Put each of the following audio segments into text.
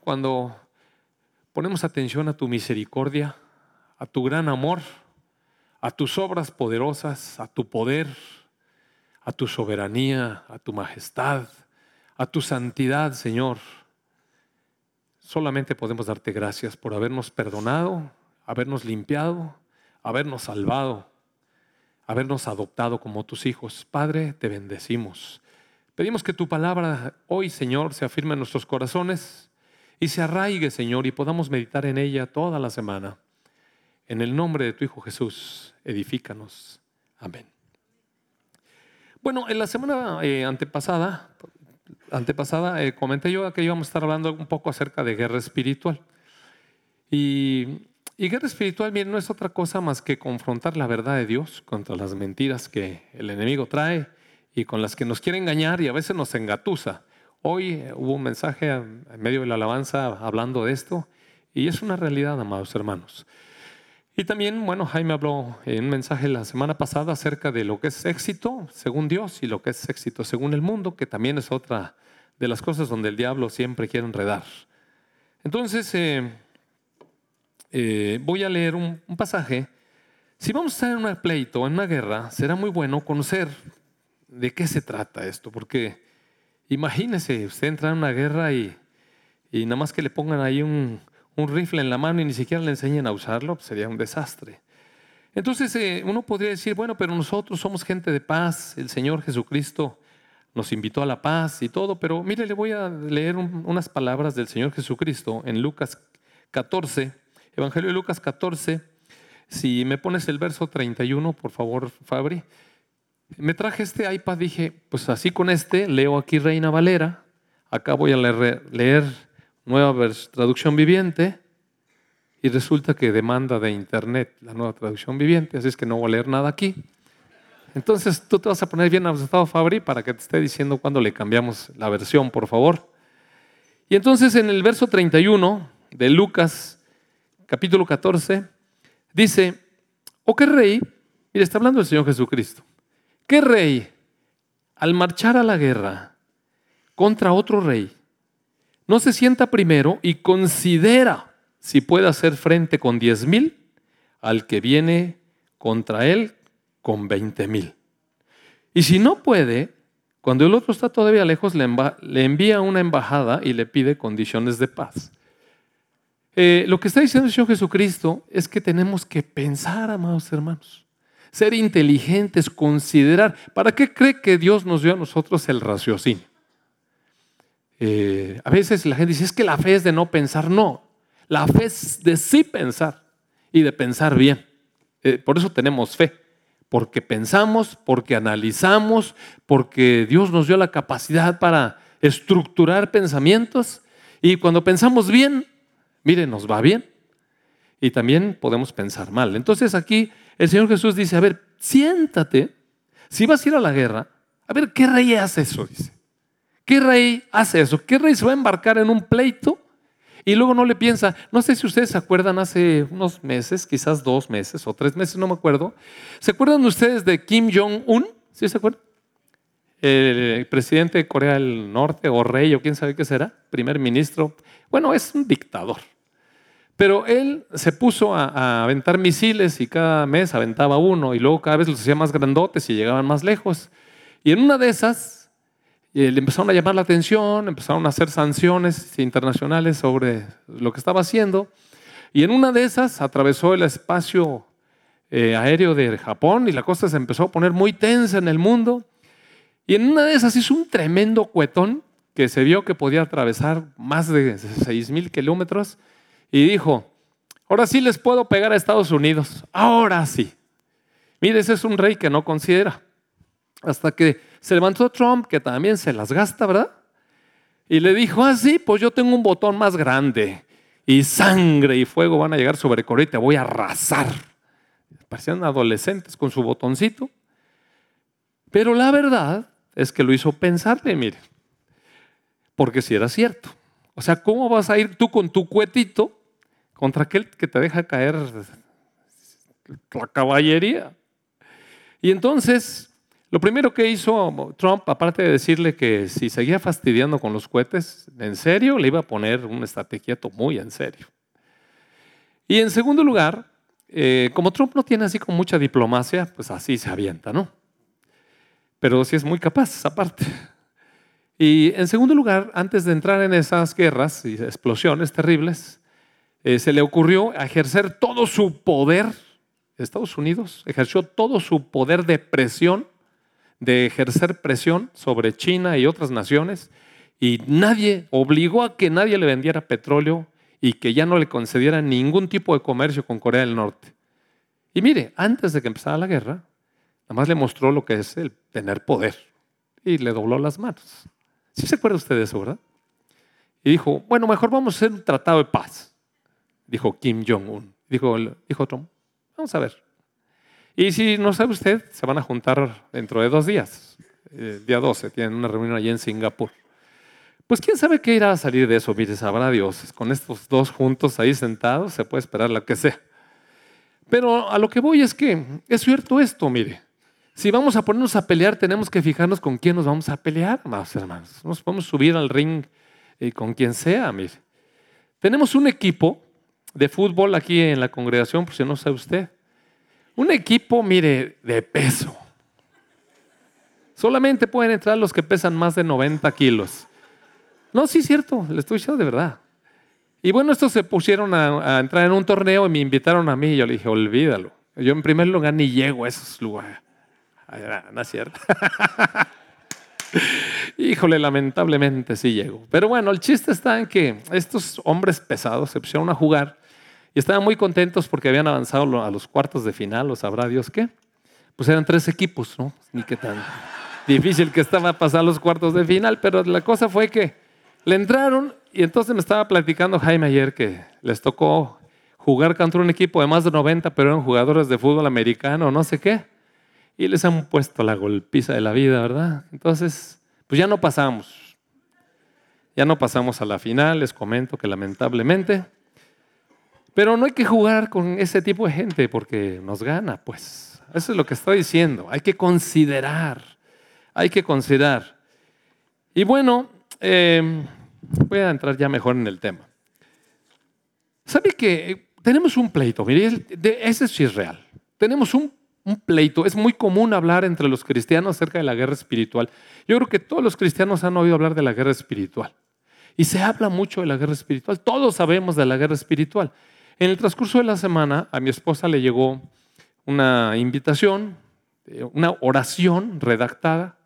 cuando ponemos atención a tu misericordia, a tu gran amor, a tus obras poderosas, a tu poder, a tu soberanía, a tu majestad, a tu santidad, Señor. Solamente podemos darte gracias por habernos perdonado, habernos limpiado, habernos salvado, habernos adoptado como tus hijos. Padre, te bendecimos. Pedimos que tu palabra hoy, Señor, se afirme en nuestros corazones y se arraigue, Señor, y podamos meditar en ella toda la semana. En el nombre de tu Hijo Jesús, edifícanos. Amén. Bueno, en la semana antepasada comenté yo que íbamos a estar hablando un poco acerca de guerra espiritual. Y guerra espiritual, bien, no es otra cosa más que confrontar la verdad de Dios contra las mentiras que el enemigo trae y con las que nos quiere engañar y a veces nos engatusa. Hoy hubo un mensaje en medio de la alabanza hablando de esto y es una realidad, amados hermanos. Y también, bueno, Jaime habló en un mensaje la semana pasada acerca de lo que es éxito según Dios y lo que es éxito según el mundo, que también es otra de las cosas donde el diablo siempre quiere enredar. Entonces, voy a leer un pasaje. Si vamos a estar en un pleito, en una guerra, será muy bueno conocer de qué se trata esto, porque imagínese usted entrar en una guerra y nada más que le pongan ahí un rifle en la mano y ni siquiera le enseñen a usarlo, pues sería un desastre. Entonces uno podría decir, bueno, pero nosotros somos gente de paz, el Señor Jesucristo nos invitó a la paz y todo, pero mire, le voy a leer unas palabras del Señor Jesucristo en Lucas 14, Evangelio de Lucas 14. Si me pones el verso 31, por favor, Fabri. Me traje este iPad, dije, pues así con este, leo aquí Reina Valera, acá voy a leer Nueva Traducción Viviente y resulta que demanda de internet la Nueva Traducción Viviente, así es que no voy a leer nada aquí. Entonces tú te vas a poner bien asustado, Fabri, para que te esté diciendo cuándo le cambiamos la versión, por favor. Y entonces en el verso 31 de Lucas, capítulo 14, dice, ¿o qué rey? Mire, está hablando el Señor Jesucristo. ¿Qué rey, al marchar a la guerra contra otro rey, no se sienta primero y considera si puede hacer frente con 10,000 al que viene contra él con 20,000? Y si no puede, cuando el otro está todavía lejos, le envía una embajada y le pide condiciones de paz. Lo que está diciendo el Señor Jesucristo es que tenemos que pensar, amados hermanos. Ser inteligentes, considerar. ¿Para qué cree que Dios nos dio a nosotros el raciocinio? A veces la gente dice, es que la fe es de no pensar. No, la fe es de sí pensar y de pensar bien. Por eso tenemos fe, porque pensamos, porque analizamos, porque Dios nos dio la capacidad para estructurar pensamientos y cuando pensamos bien, mire, nos va bien y también podemos pensar mal. Entonces aquí el Señor Jesús dice, a ver, siéntate, si vas a ir a la guerra, a ver, ¿qué rey hace eso? Dice. ¿Qué rey hace eso? ¿Qué rey se va a embarcar en un pleito y luego no le piensa? No sé si ustedes se acuerdan hace unos meses, quizás 2 meses o 3 meses, no me acuerdo. ¿Se acuerdan ustedes de Kim Jong-un? ¿Sí se acuerdan? El presidente de Corea del Norte o rey o quién sabe qué será, primer ministro. Bueno, es un dictador. Pero él se puso a aventar misiles y cada mes aventaba uno y luego cada vez los hacía más grandotes y llegaban más lejos. Y en una de esas le empezaron a llamar la atención, empezaron a hacer sanciones internacionales sobre lo que estaba haciendo. Y en una de esas atravesó el espacio aéreo de Japón y la cosa se empezó a poner muy tensa en el mundo. Y en una de esas hizo un tremendo cuetón que se vio que podía atravesar más de 6,000 kilómetros. Y dijo, ahora sí les puedo pegar a Estados Unidos, ahora sí. Mire, ese es un rey que no considera. Hasta que se levantó Trump, que también se las gasta, ¿verdad? Y le dijo, sí, pues yo tengo un botón más grande. Y sangre y fuego van a llegar sobre Corea y te voy a arrasar. Parecían adolescentes con su botoncito. Pero la verdad es que lo hizo pensarle, mire. Porque si era cierto. O sea, ¿cómo vas a ir tú con tu cuetito contra aquel que te deja caer la caballería? Y entonces Lo primero que hizo Trump, aparte de decirle que si seguía fastidiando con los cohetes, en serio, le iba a poner un estate quieto muy en serio. Y en segundo lugar, como Trump no tiene así con mucha diplomacia, pues así se avienta, ¿no? Pero sí es muy capaz, aparte. Y en segundo lugar, antes de entrar en esas guerras y explosiones terribles, se le ocurrió ejercer todo su poder. Estados Unidos ejerció todo su poder de presión, de ejercer presión sobre China y otras naciones, y obligó a que nadie le vendiera petróleo y que ya no le concediera ningún tipo de comercio con Corea del Norte. Y mire, antes de que empezara la guerra, nada más le mostró lo que es el tener poder y le dobló las manos. ¿Sí se acuerda usted de eso, verdad? Y dijo, bueno, mejor vamos a hacer un tratado de paz, dijo Kim Jong-un. Dijo Trump, vamos a ver. Y si no sabe usted, se van a juntar dentro de 2 días. Día 12, tienen una reunión allí en Singapur. Pues quién sabe qué irá a salir de eso, mire, sabrá Dios. Con estos dos juntos ahí sentados se puede esperar lo que sea. Pero a lo que voy es que es cierto esto, mire. Si vamos a ponernos a pelear, tenemos que fijarnos con quién nos vamos a pelear, amados hermanos. No nos podemos subir al ring con quien sea, mire. Tenemos un equipo de fútbol aquí en la congregación, por si no sabe usted. Un equipo, mire, de peso. Solamente pueden entrar los que pesan más de 90 kilos. No, sí es cierto, le estoy diciendo de verdad. Y bueno, estos se pusieron a entrar en un torneo y me invitaron a mí y yo le dije, olvídalo. Yo en primer lugar ni llego a esos lugares. No es cierto. Híjole, lamentablemente sí llego. Pero bueno, el chiste está en que estos hombres pesados se pusieron a jugar y estaban muy contentos porque habían avanzado a los cuartos de final, o sabrá Dios qué. Pues eran 3 equipos, ¿no? Ni qué tan difícil que estaba pasar los cuartos de final, pero la cosa fue que le entraron y entonces me estaba platicando Jaime ayer que les tocó jugar contra un equipo de más de 90, pero eran jugadores de fútbol americano, no sé qué. Y les han puesto la golpiza de la vida, ¿verdad? Entonces, pues ya no pasamos. Ya no pasamos a la final, les comento que lamentablemente. Pero no hay que jugar con ese tipo de gente porque nos gana, pues. Eso es lo que estoy diciendo. Hay que considerar. Hay que considerar. Y bueno, voy a entrar ya mejor en el tema. ¿Sabe que tenemos un pleito? Mire, ese sí es real. Tenemos un pleito. Es muy común hablar entre los cristianos acerca de la guerra espiritual. Yo creo que todos los cristianos han oído hablar de la guerra espiritual. Y se habla mucho de la guerra espiritual. Todos sabemos de la guerra espiritual. En el transcurso de la semana, a mi esposa le llegó una invitación, una oración redactada,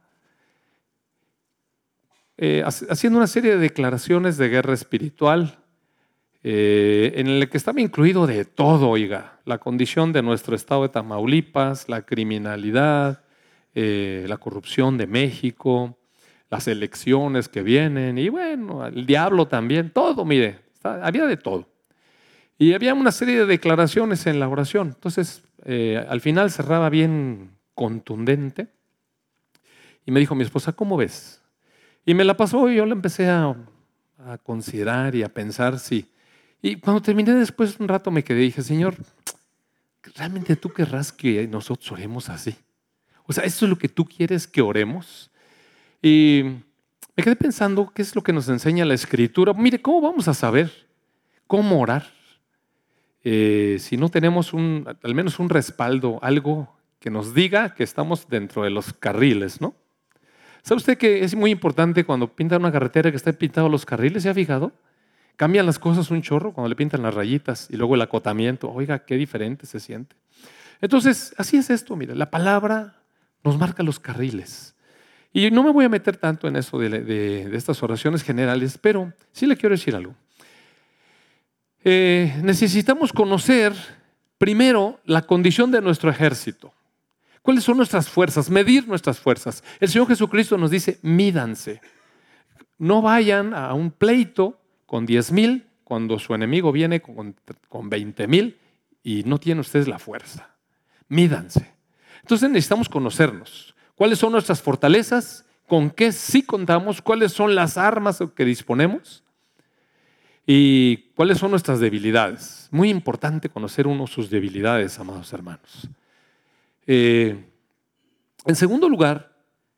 haciendo una serie de declaraciones de guerra espiritual, en el que estaba incluido de todo, oiga, la condición de nuestro estado de Tamaulipas, la criminalidad, la corrupción de México, las elecciones que vienen, y bueno, el diablo también, todo, mire, había de todo. Y había una serie de declaraciones en la oración. Entonces, al final cerraba bien contundente, y me dijo mi esposa, ¿cómo ves? Y me la pasó y yo la empecé a considerar y a pensar si... Y cuando terminé después un rato me quedé y dije, Señor, ¿realmente tú querrás que nosotros oremos así? O sea, ¿esto es lo que tú quieres que oremos? Y me quedé pensando, ¿qué es lo que nos enseña la Escritura? Mire, ¿cómo vamos a saber cómo orar si no tenemos al menos un respaldo, algo que nos diga que estamos dentro de los carriles, ¿no? ¿Sabe usted que es muy importante cuando pintan una carretera que estén pintados los carriles? ¿Se ha fijado? Cambian las cosas un chorro cuando le pintan las rayitas y luego el acotamiento. Oiga, qué diferente se siente. Entonces, así es esto, mire, la palabra nos marca los carriles. Y no me voy a meter tanto en eso de estas oraciones generales, pero sí le quiero decir algo. Necesitamos conocer primero la condición de nuestro ejército. ¿Cuáles son nuestras fuerzas? Medir nuestras fuerzas. El Señor Jesucristo nos dice, mídanse. No vayan a un pleito con 10,000 cuando su enemigo viene con 20,000 y no tienen ustedes la fuerza. Mídanse. Entonces necesitamos conocernos. ¿Cuáles son nuestras fortalezas? ¿Con qué sí contamos? ¿Cuáles son las armas que disponemos? ¿Y cuáles son nuestras debilidades? Muy importante conocer uno sus debilidades, amados hermanos. En segundo lugar,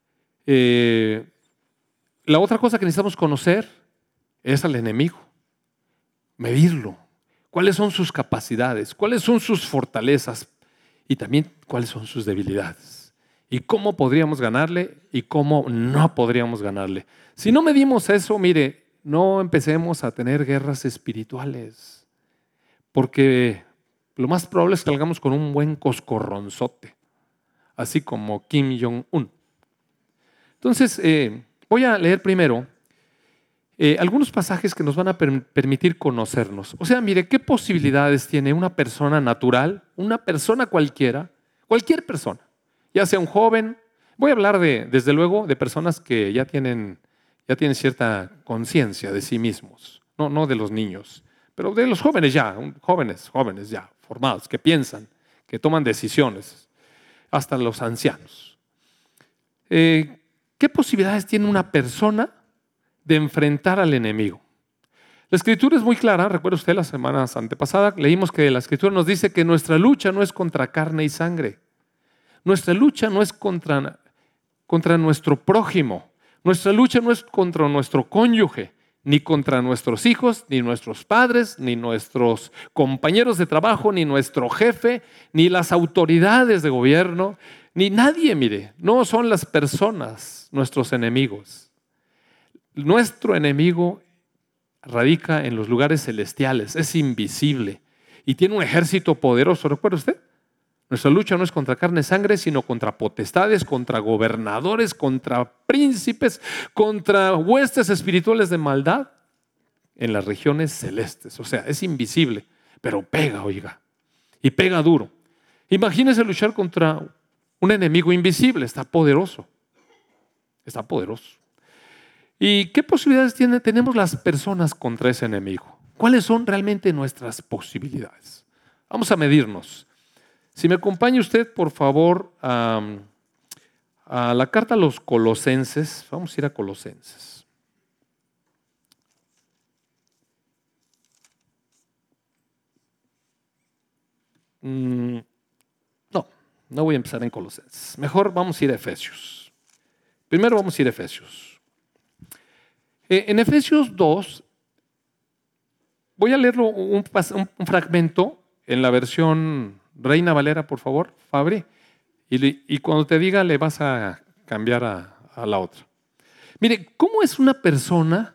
la otra cosa que necesitamos conocer es al enemigo, medirlo. ¿Cuáles son sus capacidades? ¿Cuáles son sus fortalezas? Y también cuáles son sus debilidades. Y cómo podríamos ganarle y cómo no podríamos ganarle. Si no medimos eso, mire, no empecemos a tener guerras espirituales. Porque lo más probable es que salgamos con un buen coscorronzote. Así como Kim Jong-un. Entonces, voy a leer primero algunos pasajes que nos van a permitir conocernos. O sea, mire, ¿qué posibilidades tiene una persona natural, una persona cualquiera, cualquier persona, ya sea un joven? Voy a hablar desde luego, de personas que ya tienen cierta conciencia de sí mismos, no de los niños, pero de los jóvenes ya, jóvenes ya, formados, que piensan, que toman decisiones, hasta los ancianos. ¿Qué posibilidades tiene una persona de enfrentar al enemigo? La Escritura es muy clara. Recuerda usted, las semanas antepasadas leímos que la Escritura nos dice que nuestra lucha no es contra carne y sangre. Nuestra lucha no es contra nuestro prójimo. Nuestra lucha no es contra nuestro cónyuge, ni contra nuestros hijos, ni nuestros padres, ni nuestros compañeros de trabajo, ni nuestro jefe, ni las autoridades de gobierno, ni nadie, mire. No son las personas nuestros enemigos. Nuestro enemigo radica en los lugares celestiales, es invisible y tiene un ejército poderoso. ¿Recuerda usted? Nuestra lucha no es contra carne y sangre, sino contra potestades, contra gobernadores, contra príncipes, contra huestes espirituales de maldad en las regiones celestes. O sea, es invisible, pero pega, oiga, y pega duro. Imagínese luchar contra un enemigo invisible, está poderoso. Está poderoso. ¿Y qué posibilidades tenemos las personas contra ese enemigo? ¿Cuáles son realmente nuestras posibilidades? Vamos a medirnos. Si me acompaña usted, por favor, a la carta a los Colosenses. Vamos a ir a Colosenses. No voy a empezar en Colosenses. Mejor vamos a ir a Efesios. Primero vamos a ir a Efesios. En Efesios 2, voy a leerlo un fragmento en la versión Reina Valera, por favor, Fabri. Y cuando te diga, le vas a cambiar a la otra. Mire, ¿cómo es una persona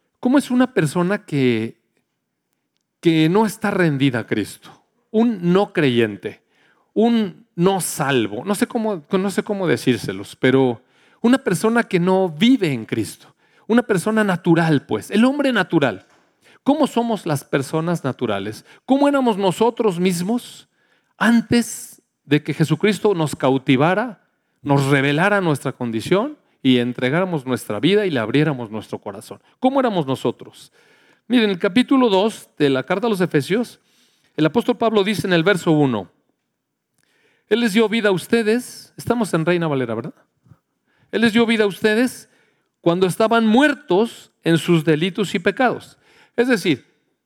que no está rendida a Cristo? Un no creyente, un no salvo. No sé cómo decírselos, pero una persona que no vive en Cristo. Una persona natural, pues, el hombre natural. ¿Cómo somos las personas naturales? ¿Cómo éramos nosotros mismos antes de que Jesucristo nos cautivara, nos revelara nuestra condición y entregáramos nuestra vida y le abriéramos nuestro corazón? ¿Cómo éramos nosotros? Miren, en el capítulo 2 de la carta a los Efesios, el apóstol Pablo dice en el verso 1, Él les dio vida a ustedes, estamos en Reina Valera, ¿verdad? Él les dio vida a ustedes cuando estaban muertos en sus delitos y pecados. Es decir,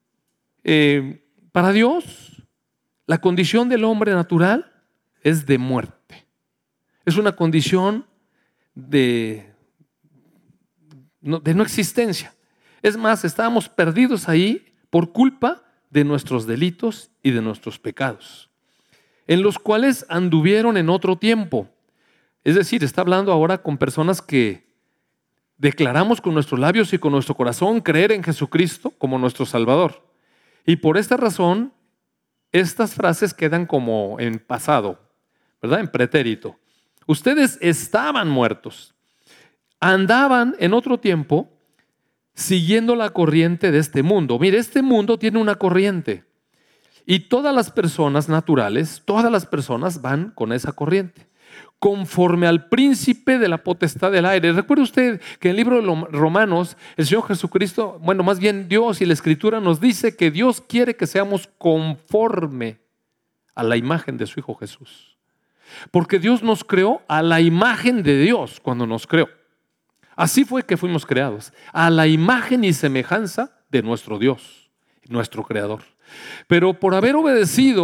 para Dios, la condición del hombre natural es de muerte. Es una condición de no existencia. Es más, estábamos perdidos ahí por culpa de nuestros delitos y de nuestros pecados, en los cuales anduvieron en otro tiempo. Es decir, está hablando ahora con personas que declaramos con nuestros labios y con nuestro corazón creer en Jesucristo como nuestro Salvador. Y por esta razón, estas frases quedan como en pasado, ¿verdad? En pretérito. Ustedes estaban muertos, andaban en otro tiempo siguiendo la corriente de este mundo. Mire, este mundo tiene una corriente y todas las personas naturales, todas las personas van con esa corriente, conforme al príncipe de la potestad del aire. Recuerde usted que en el libro de Romanos, el Señor Jesucristo, bueno, más bien Dios y la Escritura nos dice que Dios quiere que seamos conforme a la imagen de su Hijo Jesús. Porque Dios nos creó a la imagen de Dios cuando nos creó. Así fue que fuimos creados, a la imagen y semejanza de nuestro Dios, nuestro Creador. Pero por haber obedecido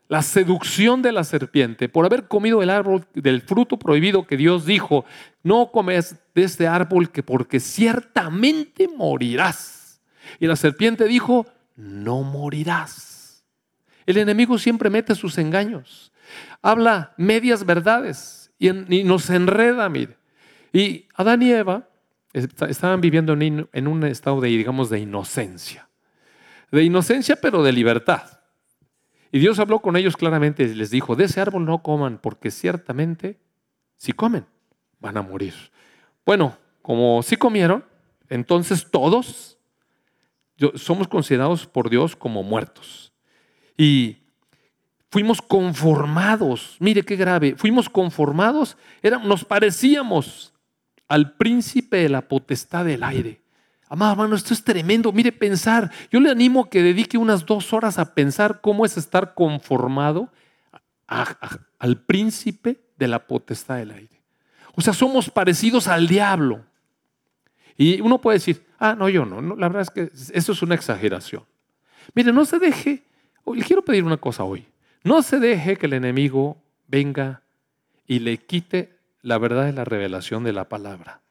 la seducción de la serpiente, por haber comido el árbol del fruto prohibido que Dios dijo, no comes de este árbol porque ciertamente morirás. Y la serpiente dijo, no morirás. El enemigo siempre mete sus engaños, habla medias verdades y nos enreda, mire. Y Adán y Eva estaban viviendo en un estado de, digamos, de inocencia. De inocencia, pero de libertad. Y Dios habló con ellos claramente y les dijo, de ese árbol no coman, porque ciertamente, si comen, van a morir. Bueno, como sí comieron, entonces todos somos considerados por Dios como muertos. Y fuimos conformados, mire qué grave, fuimos conformados, nos parecíamos al príncipe de la potestad del aire. Amado hermano, esto es tremendo. Mire, pensar. Yo le animo a que dedique unas 2 horas a pensar cómo es estar conformado al príncipe de la potestad del aire. O sea, somos parecidos al diablo. Y uno puede decir, no, yo no. La verdad es que eso es una exageración. Mire, no se deje, le quiero pedir una cosa hoy. No se deje que el enemigo venga y le quite la verdad de la revelación de la palabra.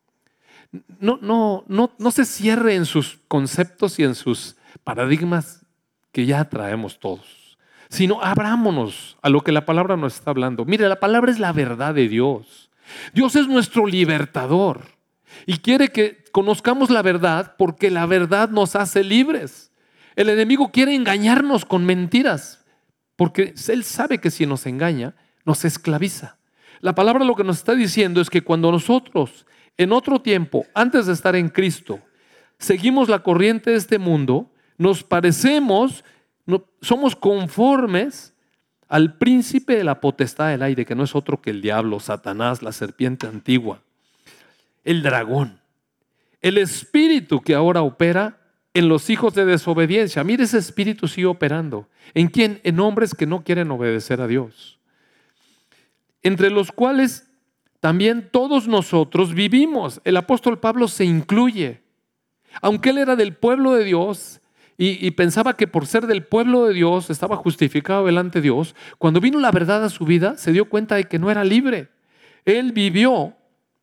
No se cierre en sus conceptos y en sus paradigmas que ya traemos todos, sino abrámonos a lo que la palabra nos está hablando. Mire, la palabra es la verdad de Dios. Dios es nuestro libertador y quiere que conozcamos la verdad porque la verdad nos hace libres. El enemigo quiere engañarnos con mentiras porque él sabe que si nos engaña, nos esclaviza. La palabra lo que nos está diciendo es que cuando nosotros en otro tiempo, antes de estar en Cristo, seguimos la corriente de este mundo, nos parecemos, somos conformes al príncipe de la potestad del aire, que no es otro que el diablo, Satanás, la serpiente antigua, el dragón, el espíritu que ahora opera en los hijos de desobediencia. Mire, ese espíritu sigue operando. ¿En quién? En hombres que no quieren obedecer a Dios. Entre los cuales también todos nosotros vivimos. El apóstol Pablo se incluye. Aunque él era del pueblo de Dios y pensaba que por ser del pueblo de Dios estaba justificado delante de Dios, cuando vino la verdad a su vida se dio cuenta de que no era libre. Él vivió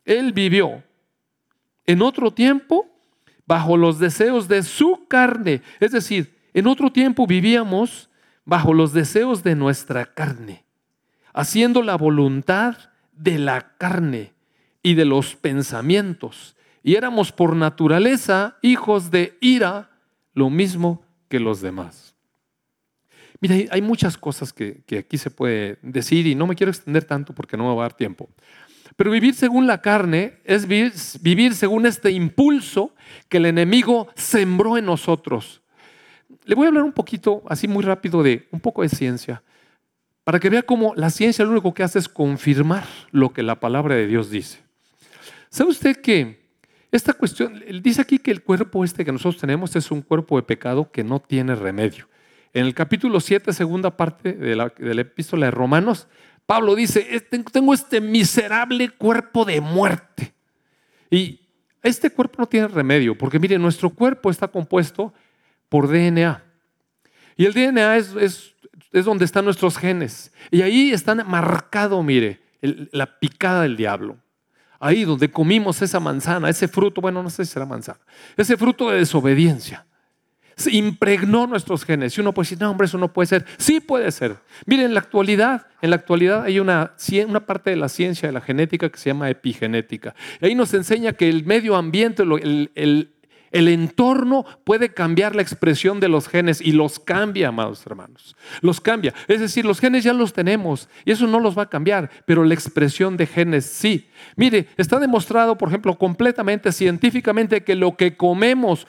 en otro tiempo bajo los deseos de su carne. Es decir, en otro tiempo vivíamos bajo los deseos de nuestra carne, haciendo la voluntad de la carne y de los pensamientos. Y éramos por naturaleza hijos de ira, lo mismo que los demás. Mira, hay muchas cosas que aquí se puede decir y no me quiero extender tanto porque no me va a dar tiempo. Pero vivir según la carne es vivir según este impulso que el enemigo sembró en nosotros. Le voy a hablar un poquito, así muy rápido, de un poco de ciencia, para que vea cómo la ciencia lo único que hace es confirmar lo que la palabra de Dios dice. ¿Sabe usted que esta cuestión, él dice aquí que el cuerpo que nosotros tenemos es un cuerpo de pecado que no tiene remedio? En el capítulo 7, segunda parte de la epístola de Romanos, Pablo dice, tengo este miserable cuerpo de muerte. Y este cuerpo no tiene remedio, porque mire, nuestro cuerpo está compuesto por DNA. Y el DNA es donde están nuestros genes. Y ahí están marcado, mire, la picada del diablo. Ahí donde comimos esa manzana, ese fruto, bueno, no sé si será manzana, ese fruto de desobediencia. Se impregnó nuestros genes. Y uno puede decir, no, hombre, eso no puede ser. Sí puede ser. Mire, en la actualidad hay una parte de la ciencia de la genética que se llama epigenética. Y ahí nos enseña que el medio ambiente, el entorno puede cambiar la expresión de los genes y los cambia, amados hermanos. Los cambia. Es decir, los genes ya los tenemos y eso no los va a cambiar, pero la expresión de genes sí. Mire, está demostrado, por ejemplo, completamente científicamente que lo que comemos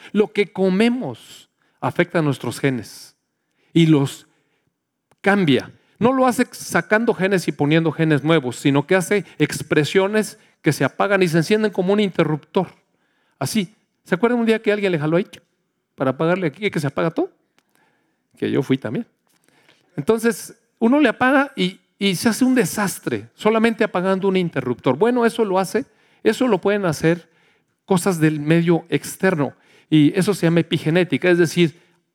afecta a nuestros genes y los cambia. No lo hace sacando genes y poniendo genes nuevos, sino que hace expresiones que se apagan y se encienden como un interruptor. Así. ¿Se acuerdan un día que alguien le jaló ahí para apagarle aquí que se apaga todo? Que yo fui también. Entonces, uno le apaga y se hace un desastre solamente apagando un interruptor. Bueno, eso lo pueden hacer cosas del medio externo y eso se llama epigenética, es decir,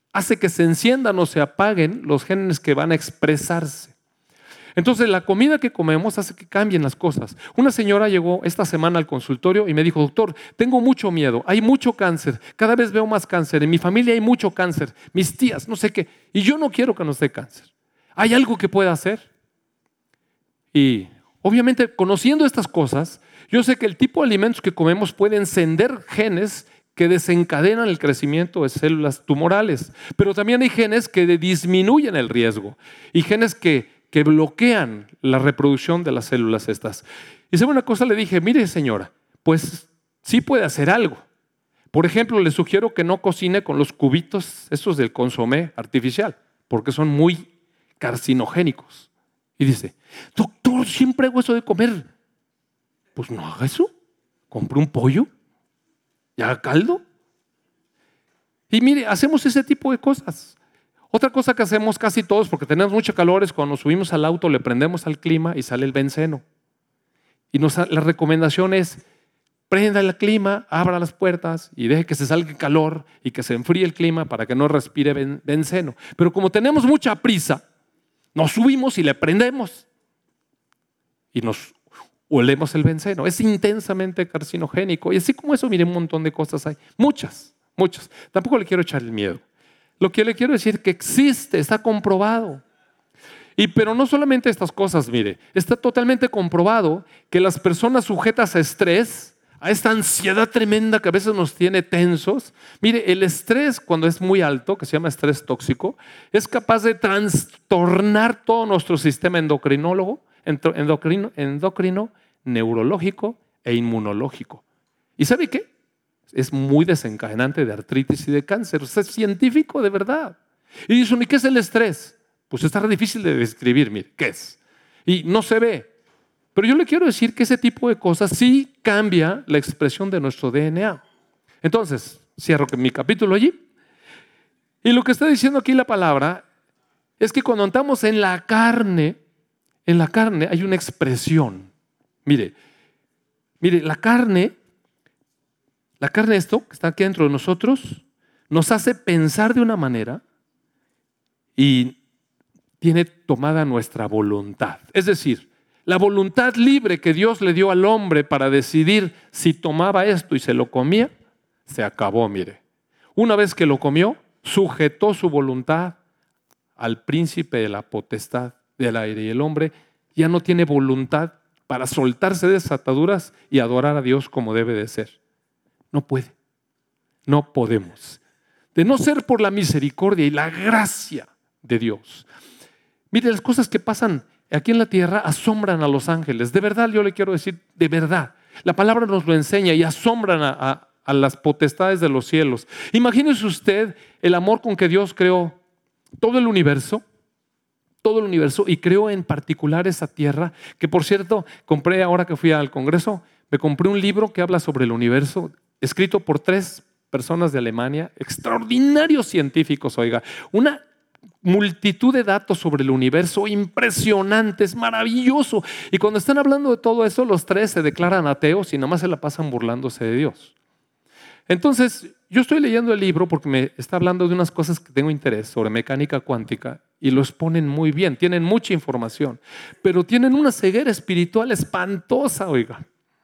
hace que se enciendan o se apaguen los genes que van a expresarse. Entonces la comida que comemos hace que cambien las cosas. Una señora llegó esta semana al consultorio y me dijo: doctor, tengo mucho miedo, hay mucho cáncer, cada vez veo más cáncer, en mi familia hay mucho cáncer, mis tías, no sé qué, y yo no quiero que nos dé cáncer. ¿Hay algo que pueda hacer? Y obviamente, conociendo estas cosas, yo sé que el tipo de alimentos que comemos puede encender genes que desencadenan el crecimiento de células tumorales, pero también hay genes que disminuyen el riesgo y genes que bloquean la reproducción de las células estas. Y sabe una cosa, le dije: mire señora, pues sí puede hacer algo. Por ejemplo, le sugiero que no cocine con los cubitos estos del consomé artificial, porque son muy carcinogénicos. Y dice: doctor, siempre hago eso de comer. Pues no haga eso. Compre un pollo y haga caldo. Y mire, hacemos ese tipo de cosas. Otra cosa que hacemos casi todos, porque tenemos mucho calor, es cuando nos subimos al auto, le prendemos al clima y sale el benceno. Y la recomendación es: prenda el clima, abra las puertas y deje que se salga el calor y que se enfríe el clima para que no respire benceno. Pero como tenemos mucha prisa, nos subimos y le prendemos y nos olemos el benceno. Es intensamente carcinogénico. Y así como eso, mire, un montón de cosas hay. Muchas. Tampoco le quiero echar el miedo. Lo que le quiero decir es que existe, está comprobado. Pero no solamente estas cosas, mire, está totalmente comprobado que las personas sujetas a estrés, a esta ansiedad tremenda que a veces nos tiene tensos, mire, el estrés cuando es muy alto, que se llama estrés tóxico, es capaz de trastornar todo nuestro sistema endocrino, neurológico e inmunológico. ¿Y sabe qué? Es muy desencadenante de artritis y de cáncer. Es científico de verdad. Y dicen: ¿y qué es el estrés? Pues está difícil de describir, mire, ¿qué es? Y no se ve. Pero yo le quiero decir que ese tipo de cosas sí cambia la expresión de nuestro DNA. Entonces, cierro mi capítulo allí. Y lo que está diciendo aquí la palabra es que cuando andamos en la carne hay una expresión. Mire, la carne, esto que está aquí dentro de nosotros, nos hace pensar de una manera y tiene tomada nuestra voluntad. Es decir, la voluntad libre que Dios le dio al hombre para decidir si tomaba esto y se lo comía, se acabó, mire. Una vez que lo comió, sujetó su voluntad al príncipe de la potestad del aire, y el hombre ya no tiene voluntad para soltarse de esas ataduras y adorar a Dios como debe de ser. No puede, no podemos. De no ser por la misericordia y la gracia de Dios. Mire, las cosas que pasan aquí en la tierra asombran a los ángeles. De verdad, yo le quiero decir, de verdad. La palabra nos lo enseña y asombran a las potestades de los cielos. Imagínese usted el amor con que Dios creó todo el universo, y creó en particular esa tierra, que por cierto, compré ahora que fui al Congreso, me compré un libro que habla sobre el universo, escrito por 3 personas de Alemania, extraordinarios científicos, oiga, una multitud de datos sobre el universo impresionantes, maravilloso. Y cuando están hablando de todo eso, los 3 se declaran ateos y nada más se la pasan burlándose de Dios. Entonces, yo estoy leyendo el libro porque me está hablando de unas cosas que tengo interés sobre mecánica cuántica y lo exponen muy bien, tienen mucha información, pero tienen una ceguera espiritual espantosa, oiga.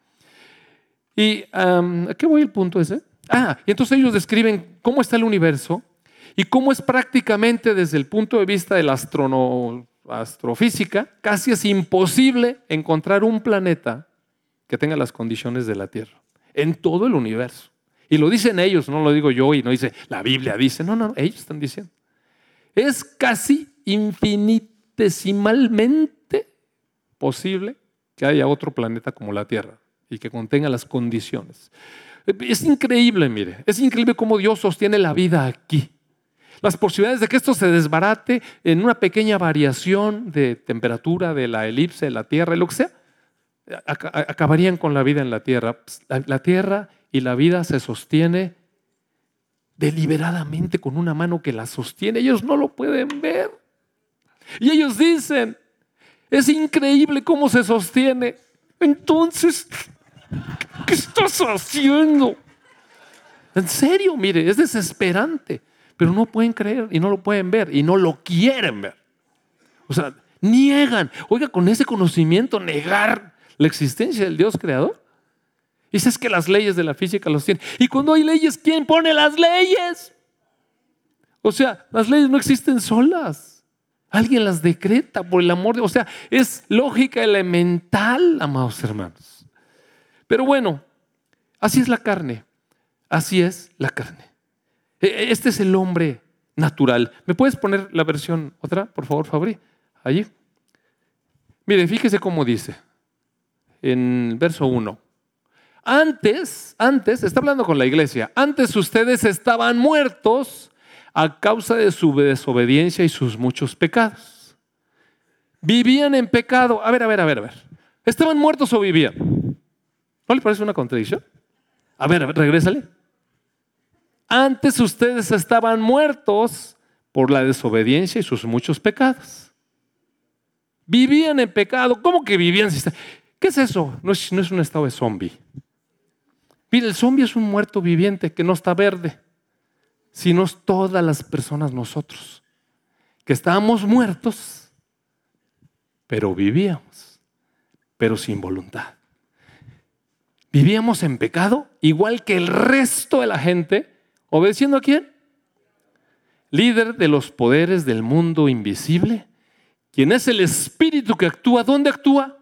¿Y a qué voy el punto ese? Y entonces ellos describen cómo está el universo y cómo es prácticamente desde el punto de vista de la astrofísica, casi es imposible encontrar un planeta que tenga las condiciones de la Tierra en todo el universo. Y lo dicen ellos, no lo digo yo y no dice la Biblia dice, no, ellos están diciendo. Es casi infinitesimalmente posible que haya otro planeta como la Tierra y que contenga las condiciones. Es increíble, mire, es increíble cómo Dios sostiene la vida aquí. Las posibilidades de que esto se desbarate en una pequeña variación de temperatura de la elipse de la Tierra, lo que sea, acabarían con la vida en la Tierra. La Tierra y la vida se sostiene deliberadamente con una mano que la sostiene. Ellos no lo pueden ver. Y ellos dicen, es increíble cómo se sostiene. Entonces, ¿qué estás haciendo? En serio, mire, es desesperante. pero no pueden creer y no lo pueden ver y no lo quieren ver. O sea, niegan. Oiga, con ese conocimiento negar la existencia del Dios creador. Dice, es que las leyes de la física los tienen. Y cuando hay leyes, ¿quién pone las leyes? O sea, las leyes no existen solas. Alguien las decreta por el amor de Dios. O sea, es lógica elemental, amados hermanos. Pero bueno, así es la carne. Así es la carne. Este es el hombre natural. ¿Me puedes poner la versión otra, por favor, Fabri? Allí. Mire, fíjese cómo dice. En verso 1. Antes, está hablando con la iglesia. Antes ustedes estaban muertos a causa de su desobediencia y sus muchos pecados. Vivían en pecado. A ver. ¿Estaban muertos o vivían? ¿No le parece una contradicción? A ver, regrésale. Antes ustedes estaban muertos por la desobediencia y sus muchos pecados. Vivían en pecado. ¿Cómo que vivían? ¿Qué es eso? No es un estado de zombie. Mire, el zombie es un muerto viviente que no está verde, sino todas las personas nosotros, que estábamos muertos, pero vivíamos, pero sin voluntad. Vivíamos en pecado, igual que el resto de la gente, ¿obedeciendo a quién? Líder de los poderes del mundo invisible, quien es el espíritu que actúa. ¿Dónde actúa?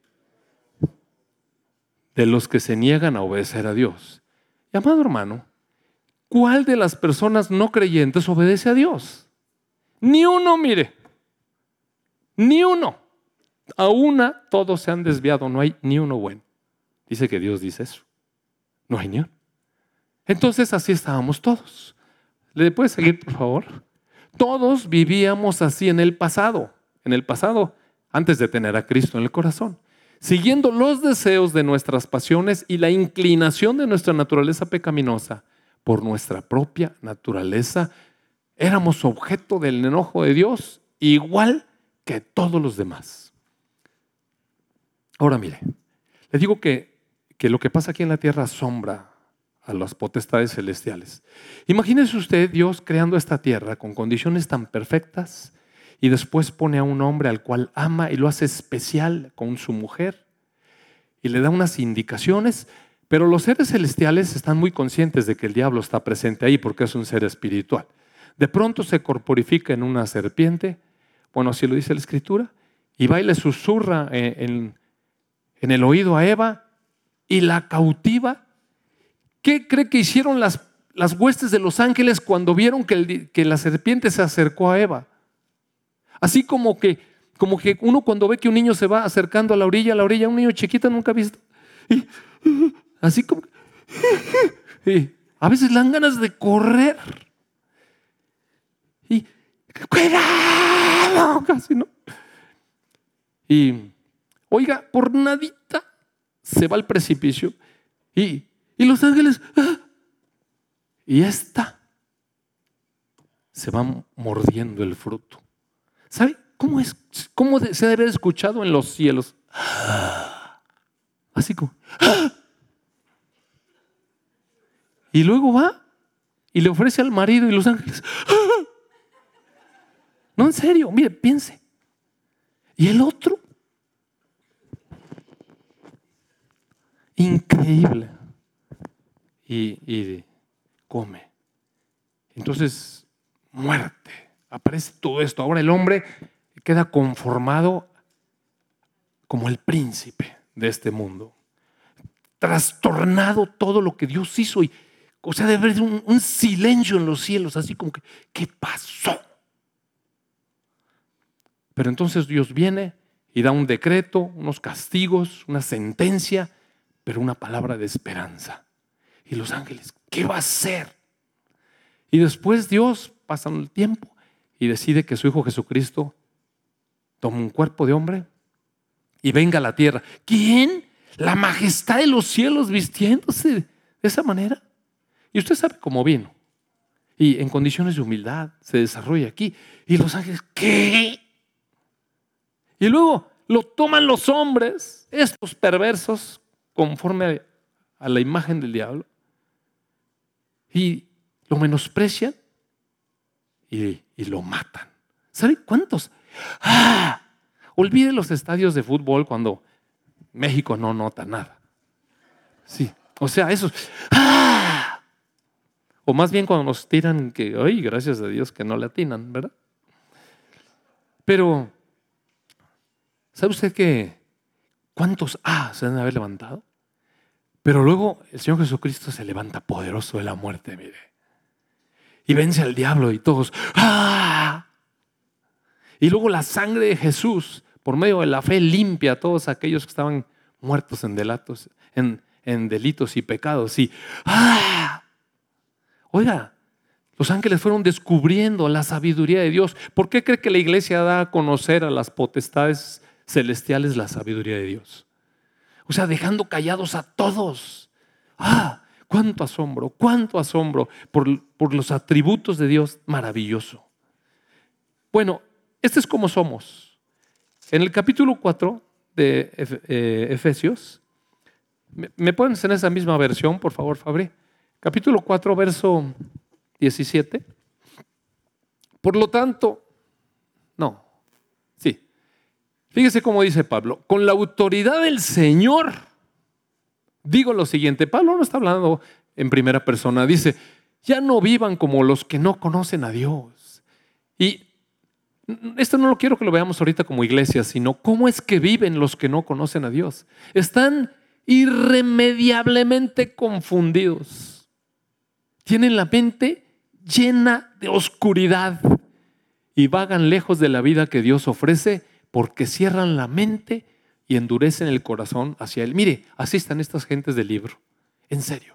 De los que se niegan a obedecer a Dios. Y amado hermano, ¿cuál de las personas no creyentes obedece a Dios? Ni uno, mire. Ni uno. A una todos se han desviado, no hay ni uno bueno. Dice que Dios dice eso. No hay ni uno. Entonces así estábamos todos. ¿Le puede seguir, por favor? Todos vivíamos así en el pasado. En el pasado, antes de tener a Cristo en el corazón. Siguiendo los deseos de nuestras pasiones y la inclinación de nuestra naturaleza pecaminosa por nuestra propia naturaleza, éramos objeto del enojo de Dios, igual que todos los demás. Ahora mire, le digo que lo que pasa aquí en la tierra asombra a las potestades celestiales. Imagínese usted Dios creando esta tierra con condiciones tan perfectas y después pone a un hombre al cual ama y lo hace especial con su mujer y le da unas indicaciones, pero los seres celestiales están muy conscientes de que el diablo está presente ahí porque es un ser espiritual. De pronto se corporifica en una serpiente, bueno, así lo dice la Escritura, y va y le susurra en el oído a Eva y la cautiva. ¿Qué cree que hicieron las huestes de los ángeles cuando vieron que la serpiente se acercó a Eva? Así como que uno cuando ve que un niño se va acercando a la orilla, un niño chiquito nunca ha visto. Así como a veces le dan ganas de correr. Y ¡cuidado! Casi no. Y oiga, por nadita se va al precipicio y los ángeles y esta se va mordiendo el fruto. ¿Sabe cómo es? ¿Cómo se debe haber escuchado en los cielos? Así como. Y luego va y le ofrece al marido y los ángeles. No, en serio, mire, piense. Y el otro. Increíble. Y come. Entonces, muerte. Aparece todo esto. Ahora el hombre queda conformado como el príncipe de este mundo. Trastornado todo lo que Dios hizo. O sea, debe haber un silencio en los cielos, así como que, ¿qué pasó? Pero entonces Dios viene y da un decreto, unos castigos, una sentencia, pero una palabra de esperanza. Y los ángeles, ¿qué va a hacer? Y después Dios, pasando el tiempo, y decide que su Hijo Jesucristo tome un cuerpo de hombre y venga a la tierra. ¿Quién? La majestad de los cielos vistiéndose de esa manera. Y usted sabe cómo vino. Y en condiciones de humildad se desarrolla aquí. Y los ángeles, ¿qué? Y luego lo toman los hombres, estos perversos, conforme a la imagen del diablo, y lo menosprecian y lo matan. ¿Sabe cuántos? ¡Ah! Olvide los estadios de fútbol cuando México no nota nada. Sí, o sea, esos. ¡Ah! O más bien cuando nos tiran que, ay, gracias a Dios que no le atinan, ¿verdad? Pero, ¿sabe usted que cuántos se deben haber levantado? Pero luego el Señor Jesucristo se levanta poderoso de la muerte, mire. Y vence al diablo y todos. ¡Ah! Y luego la sangre de Jesús, por medio de la fe, limpia a todos aquellos que estaban muertos en delitos y pecados. Y ¡ah! Oiga, los ángeles fueron descubriendo la sabiduría de Dios. ¿Por qué cree que la iglesia da a conocer a las potestades celestiales la sabiduría de Dios? O sea, dejando callados a todos. Cuánto asombro por los atributos de Dios, maravilloso. Bueno, este es como somos. En el capítulo 4 de Efesios, ¿me pueden hacer esa misma versión, por favor, Fabri? Capítulo 4, verso 17. Por lo tanto, fíjese cómo dice Pablo, con la autoridad del Señor, digo lo siguiente. Pablo no está hablando en primera persona, dice, ya no vivan como los que no conocen a Dios. Y esto no lo quiero que lo veamos ahorita como iglesia, sino cómo es que viven los que no conocen a Dios. Están irremediablemente confundidos. Tienen la mente llena de oscuridad y vagan lejos de la vida que Dios ofrece porque cierran la mente y endurecen el corazón hacia Él. Mire, así están estas gentes del libro. En serio.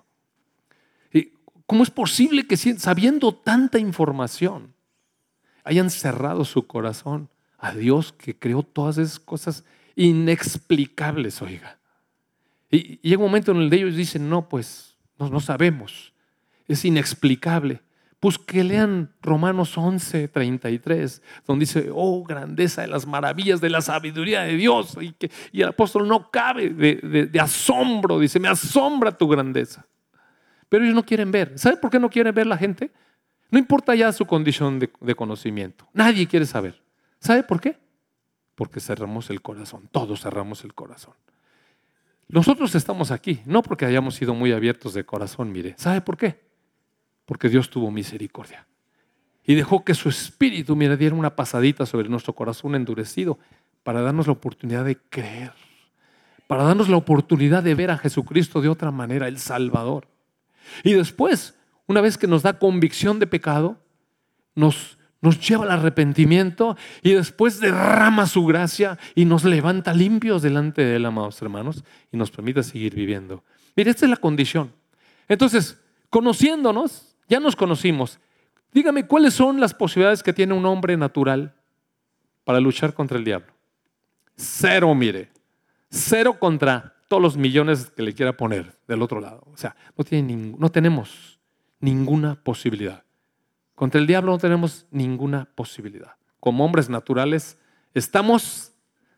¿Cómo es posible que sabiendo tanta información hayan cerrado su corazón a Dios que creó todas esas cosas inexplicables, oiga? Y llega un momento en el que ellos dicen, no, pues no sabemos. Es inexplicable. Pues que lean Romanos 11:33, donde dice, oh, grandeza de las maravillas de la sabiduría de Dios. Y el apóstol no cabe de asombro, dice, me asombra tu grandeza. Pero ellos no quieren ver. ¿Sabe por qué no quieren ver la gente? No importa ya su condición de conocimiento. Nadie quiere saber. ¿Sabe por qué? Porque cerramos el corazón. Todos cerramos el corazón. Nosotros estamos aquí, no porque hayamos sido muy abiertos de corazón, mire. ¿Sabe por qué? Porque Dios tuvo misericordia y dejó que su espíritu, mire, diera una pasadita sobre nuestro corazón endurecido para darnos la oportunidad de creer, para darnos la oportunidad de ver a Jesucristo de otra manera, el Salvador. Y después, una vez que nos da convicción de pecado, nos lleva al arrepentimiento y después derrama su gracia y nos levanta limpios delante de Él, amados hermanos, y nos permite seguir viviendo. Mire, esta es la condición. Entonces, conociéndonos, ya nos conocimos. Dígame, ¿cuáles son las posibilidades que tiene un hombre natural para luchar contra el diablo? Cero, mire. Cero contra todos los millones que le quiera poner del otro lado. O sea, no tenemos ninguna posibilidad. Contra el diablo no tenemos ninguna posibilidad. Como hombres naturales estamos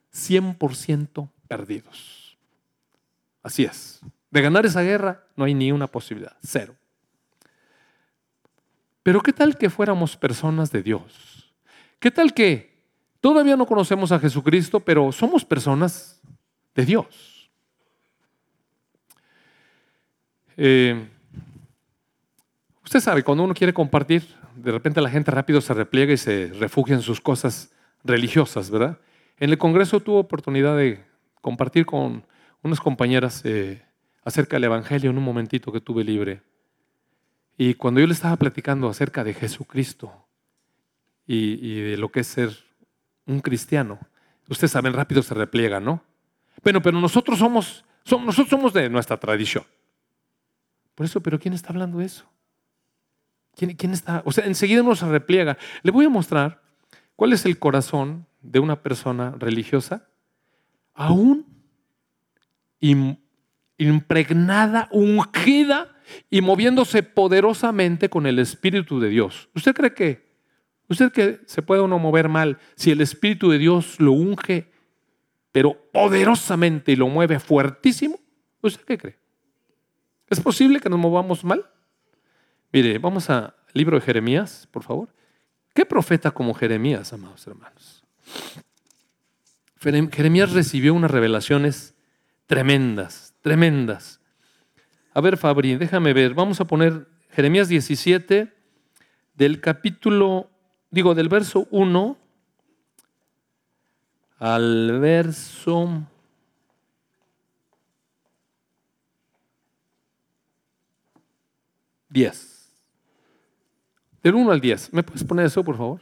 100% perdidos. Así es. De ganar esa guerra no hay ni una posibilidad. Cero. Pero ¿qué tal que fuéramos personas de Dios? ¿Qué tal que todavía no conocemos a Jesucristo, pero somos personas de Dios? Usted sabe, cuando uno quiere compartir, de repente la gente rápido se repliega y se refugia en sus cosas religiosas, ¿verdad? En el Congreso tuve oportunidad de compartir con unas compañeras acerca del Evangelio en un momentito que tuve libre. Y cuando yo le estaba platicando acerca de Jesucristo y de lo que es ser un cristiano, ustedes saben, rápido se repliega, ¿no? Bueno, pero nosotros somos de nuestra tradición. Por eso, ¿pero quién está hablando de eso? ¿Quién está? O sea, enseguida uno se repliega. Le voy a mostrar cuál es el corazón de una persona religiosa, aún impregnada, ungida y moviéndose poderosamente con el Espíritu de Dios. ¿Usted cree que se puede uno mover mal si el Espíritu de Dios lo unge, pero poderosamente y lo mueve fuertísimo? ¿Usted qué cree? ¿Es posible que nos movamos mal? Mire, vamos al libro de Jeremías, por favor. ¿Qué profeta como Jeremías, amados hermanos? Jeremías recibió unas revelaciones tremendas, tremendas. A ver, Fabri, déjame ver. Vamos a poner Jeremías 17, del verso 1 al verso 10. Del 1 al 10. ¿Me puedes poner eso, por favor?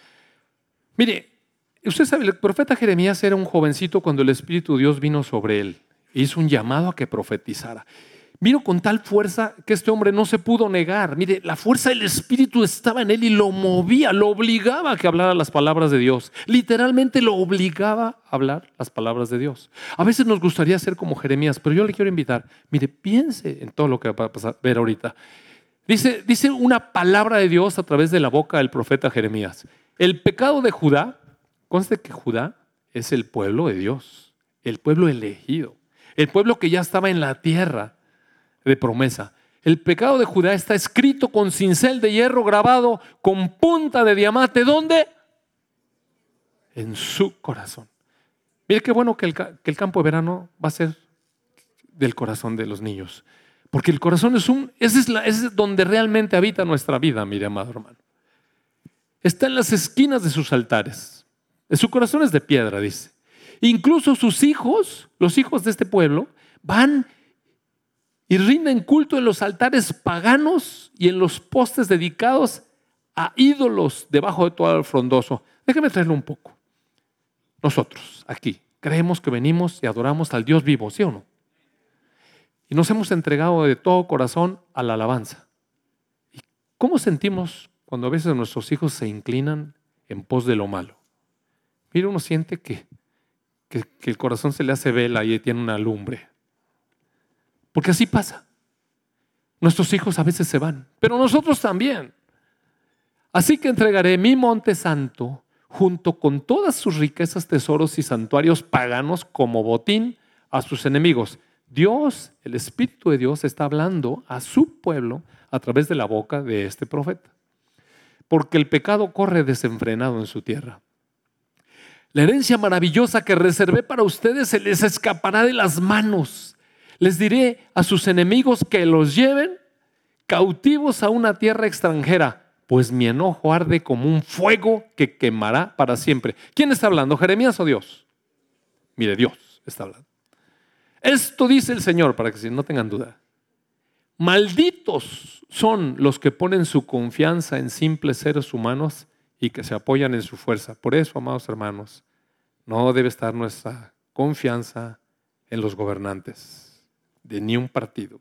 Mire, usted sabe, el profeta Jeremías era un jovencito cuando el Espíritu de Dios vino sobre él. Hizo un llamado a que profetizara. Vino con tal fuerza que este hombre no se pudo negar. Mire, la fuerza del Espíritu estaba en él y lo movía, lo obligaba a que hablara las palabras de Dios. Literalmente lo obligaba a hablar las palabras de Dios. A veces nos gustaría ser como Jeremías, pero yo le quiero invitar. Mire, piense en todo lo que va a ver ahorita. Dice una palabra de Dios a través de la boca del profeta Jeremías. El pecado de Judá, conste que Judá es el pueblo de Dios, el pueblo elegido, el pueblo que ya estaba en la tierra de promesa. El pecado de Judá está escrito con cincel de hierro grabado con punta de diamante. ¿Dónde? En su corazón. Mire qué bueno que el campo de verano va a ser del corazón de los niños. Porque el corazón ese es donde realmente habita nuestra vida, mire, amado hermano. Está en las esquinas de sus altares. Su corazón es de piedra, dice. Incluso sus hijos, los hijos de este pueblo, van y rinden culto en los altares paganos y en los postes dedicados a ídolos debajo de todo el frondoso. Déjeme traerlo un poco. Nosotros, aquí, creemos que venimos y adoramos al Dios vivo, ¿sí o no? Y nos hemos entregado de todo corazón a la alabanza. ¿Y cómo sentimos cuando a veces nuestros hijos se inclinan en pos de lo malo? Mira, uno siente que el corazón se le hace vela y tiene una lumbre. Porque así pasa. Nuestros hijos a veces se van, pero nosotros también. Así que entregaré mi monte santo junto con todas sus riquezas, tesoros y santuarios paganos como botín a sus enemigos. Dios, el Espíritu de Dios, está hablando a su pueblo a través de la boca de este profeta. Porque el pecado corre desenfrenado en su tierra. La herencia maravillosa que reservé para ustedes se les escapará de las manos. Les diré a sus enemigos que los lleven cautivos a una tierra extranjera, pues mi enojo arde como un fuego que quemará para siempre. ¿Quién está hablando? ¿Jeremías o Dios? Mire, Dios está hablando. Esto dice el Señor, para que no tengan duda. Malditos son los que ponen su confianza en simples seres humanos y que se apoyan en su fuerza. Por eso, amados hermanos, no debe estar nuestra confianza en los gobernantes de ni un partido.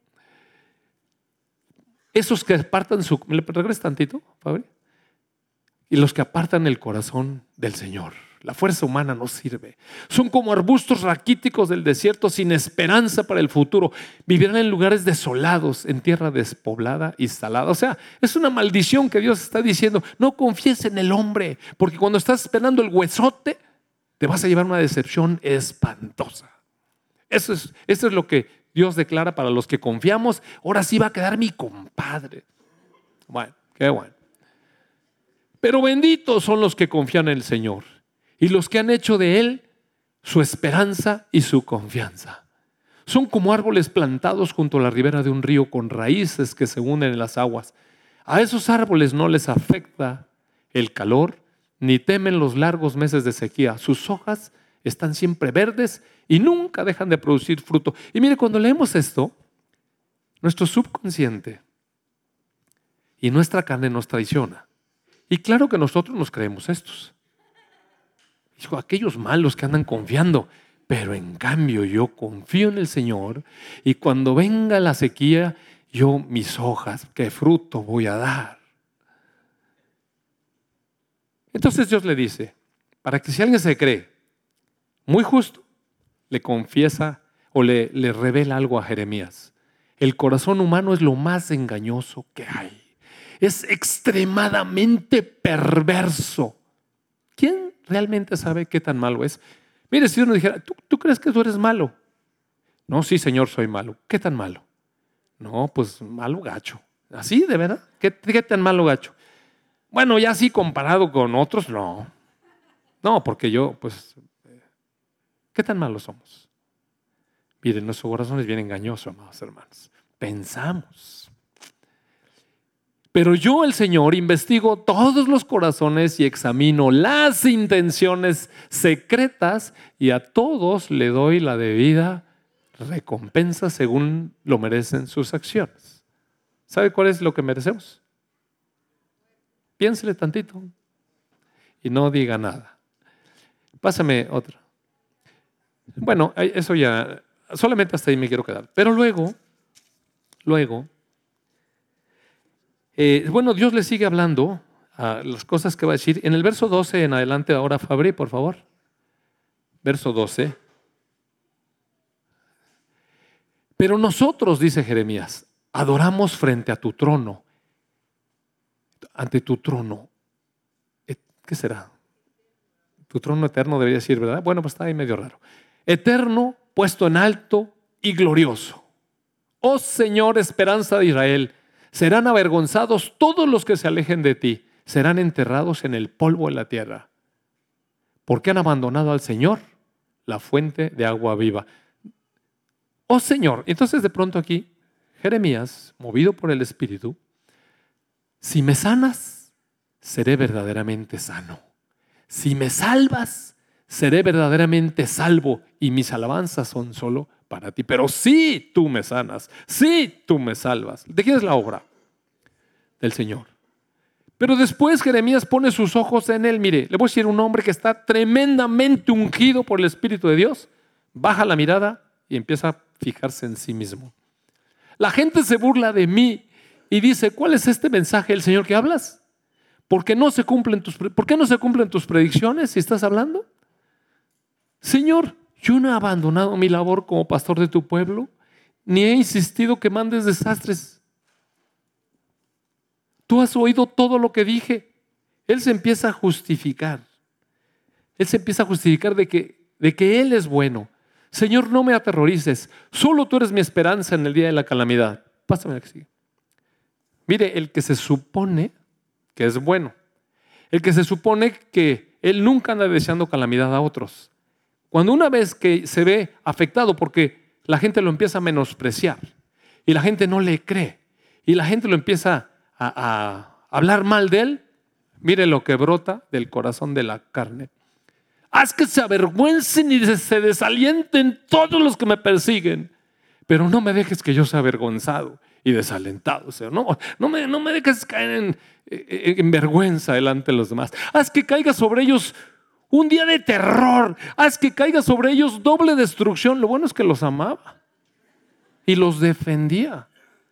Esos que apartan su... ¿Me le regreso tantito, Fabri? Y los que apartan el corazón del Señor. La fuerza humana no sirve. Son como arbustos raquíticos del desierto sin esperanza para el futuro. Vivirán en lugares desolados, en tierra despoblada, instalada. O sea, es una maldición que Dios está diciendo. No confíes en el hombre, porque cuando estás esperando el huesote, te vas a llevar una decepción espantosa. Eso es lo que Dios declara para los que confiamos. Ahora sí va a quedar mi compadre. Bueno, qué bueno. Pero benditos son los que confían en el Señor y los que han hecho de Él su esperanza y su confianza. Son como árboles plantados junto a la ribera de un río con raíces que se unen en las aguas. A esos árboles no les afecta el calor ni temen los largos meses de sequía. Sus hojas están siempre verdes y nunca dejan de producir fruto. Y mire, cuando leemos esto, nuestro subconsciente y nuestra carne nos traiciona. Y claro que nosotros nos creemos estos. Dijo, aquellos malos que andan confiando. Pero en cambio yo confío en el Señor y cuando venga la sequía, mis hojas, ¿qué fruto voy a dar? Entonces Dios le dice, para que si alguien se cree muy justo, le confiesa o le revela algo a Jeremías. El corazón humano es lo más engañoso que hay. Es extremadamente perverso. ¿Quién realmente sabe qué tan malo es? Mire, si uno dijera, ¿tú crees que tú eres malo? No, sí, Señor, soy malo. ¿Qué tan malo? No, pues malo gacho. ¿Así, de verdad? ¿Qué tan malo gacho? Bueno, ya sí comparado con otros, no. No, porque yo, pues, ¿qué tan malos somos? Miren, nuestro corazón es bien engañoso, amados hermanos. Pensamos. Pero yo, el Señor, investigo todos los corazones y examino las intenciones secretas y a todos le doy la debida recompensa según lo merecen sus acciones. ¿Sabe cuál es lo que merecemos? Piénsele tantito y no diga nada. Pásame otra. Bueno, eso ya, solamente hasta ahí me quiero quedar. Pero luego, bueno, Dios le sigue hablando a las cosas que va a decir. En el verso 12 en adelante, ahora Fabri, por favor. Verso 12. Pero nosotros, dice Jeremías, adoramos frente a tu trono, ante tu trono. ¿Qué será? Tu trono eterno debería decir, ¿verdad? Bueno, pues está ahí medio raro. Eterno, puesto en alto y glorioso. Oh Señor, esperanza de Israel, serán avergonzados todos los que se alejen de ti, serán enterrados en el polvo de la tierra, porque han abandonado al Señor, la fuente de agua viva. Oh Señor, entonces de pronto aquí, Jeremías, movido por el Espíritu, si me sanas, seré verdaderamente sano. Si me salvas, seré verdaderamente salvo y mis alabanzas son solo para ti. Pero si tú me sanas, si tú me salvas. ¿De quién es la obra? Del Señor. Pero después Jeremías pone sus ojos en él. Mire, le voy a decir, un hombre que está tremendamente ungido por el Espíritu de Dios, baja la mirada y empieza a fijarse en sí mismo. La gente se burla de mí y dice, ¿cuál es este mensaje del Señor que hablas? ¿Por qué no se cumplen tus predicciones si estás hablando? Señor, yo no he abandonado mi labor como pastor de tu pueblo, ni he insistido que mandes desastres. Tú has oído todo lo que dije. Él se empieza a justificar. Él se empieza a justificar de que Él es bueno. Señor, no me aterrorices. Solo tú eres mi esperanza en el día de la calamidad. Pásame la que sigue. Mire, el que se supone que es bueno. El que se supone que Él nunca anda deseando calamidad a otros. Cuando una vez que se ve afectado porque la gente lo empieza a menospreciar y la gente no le cree y la gente lo empieza a hablar mal de él, mire lo que brota del corazón de la carne. Haz que se avergüencen y se desalienten todos los que me persiguen, pero no me dejes que yo sea avergonzado y desalentado. O sea, no me dejes caer en vergüenza delante de los demás. Haz que caiga sobre ellos un día de terror. Haz que caiga sobre ellos doble destrucción. Lo bueno es que los amaba y los defendía.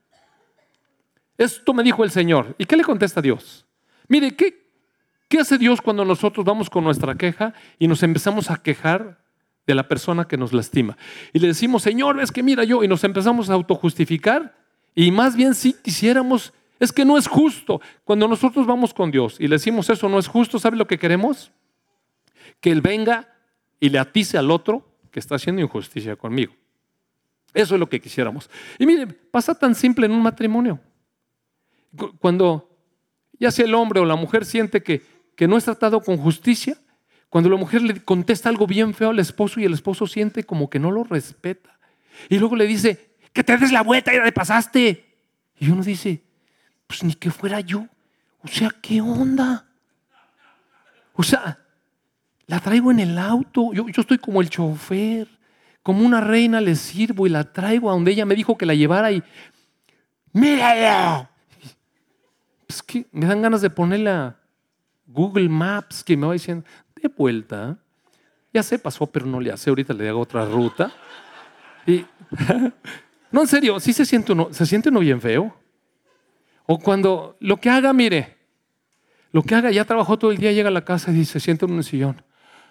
Esto me dijo el Señor. ¿Y qué le contesta Dios? Mire, ¿qué hace Dios cuando nosotros vamos con nuestra queja y nos empezamos a quejar de la persona que nos lastima? Y le decimos, Señor, es que mira yo, y nos empezamos a autojustificar. Y más bien si quisiéramos, es que no es justo. Cuando nosotros vamos con Dios y le decimos eso no es justo, ¿sabe lo que queremos? Que Él venga y le atice al otro que está haciendo injusticia conmigo. Eso es lo que quisiéramos. Y miren, pasa tan simple en un matrimonio. Cuando ya sea el hombre o la mujer siente que no es tratado con justicia, cuando la mujer le contesta algo bien feo al esposo y el esposo siente como que no lo respeta. Y luego le dice, que te des la vuelta, ya te pasaste. Y uno dice, pues ni que fuera yo. O sea, ¿qué onda? O sea, la traigo en el auto, yo estoy como el chofer, como una reina le sirvo y la traigo a donde ella me dijo que la llevara y ¡mírala! Pues que me dan ganas de ponerle a Google Maps que me va diciendo, de vuelta. Ya se pasó, pero no le hace, ahorita le hago otra ruta. Y, no, en serio, sí se siente uno bien feo. O cuando lo que haga, mire, lo que haga, ya trabajó todo el día, llega a la casa y se sienta en un sillón.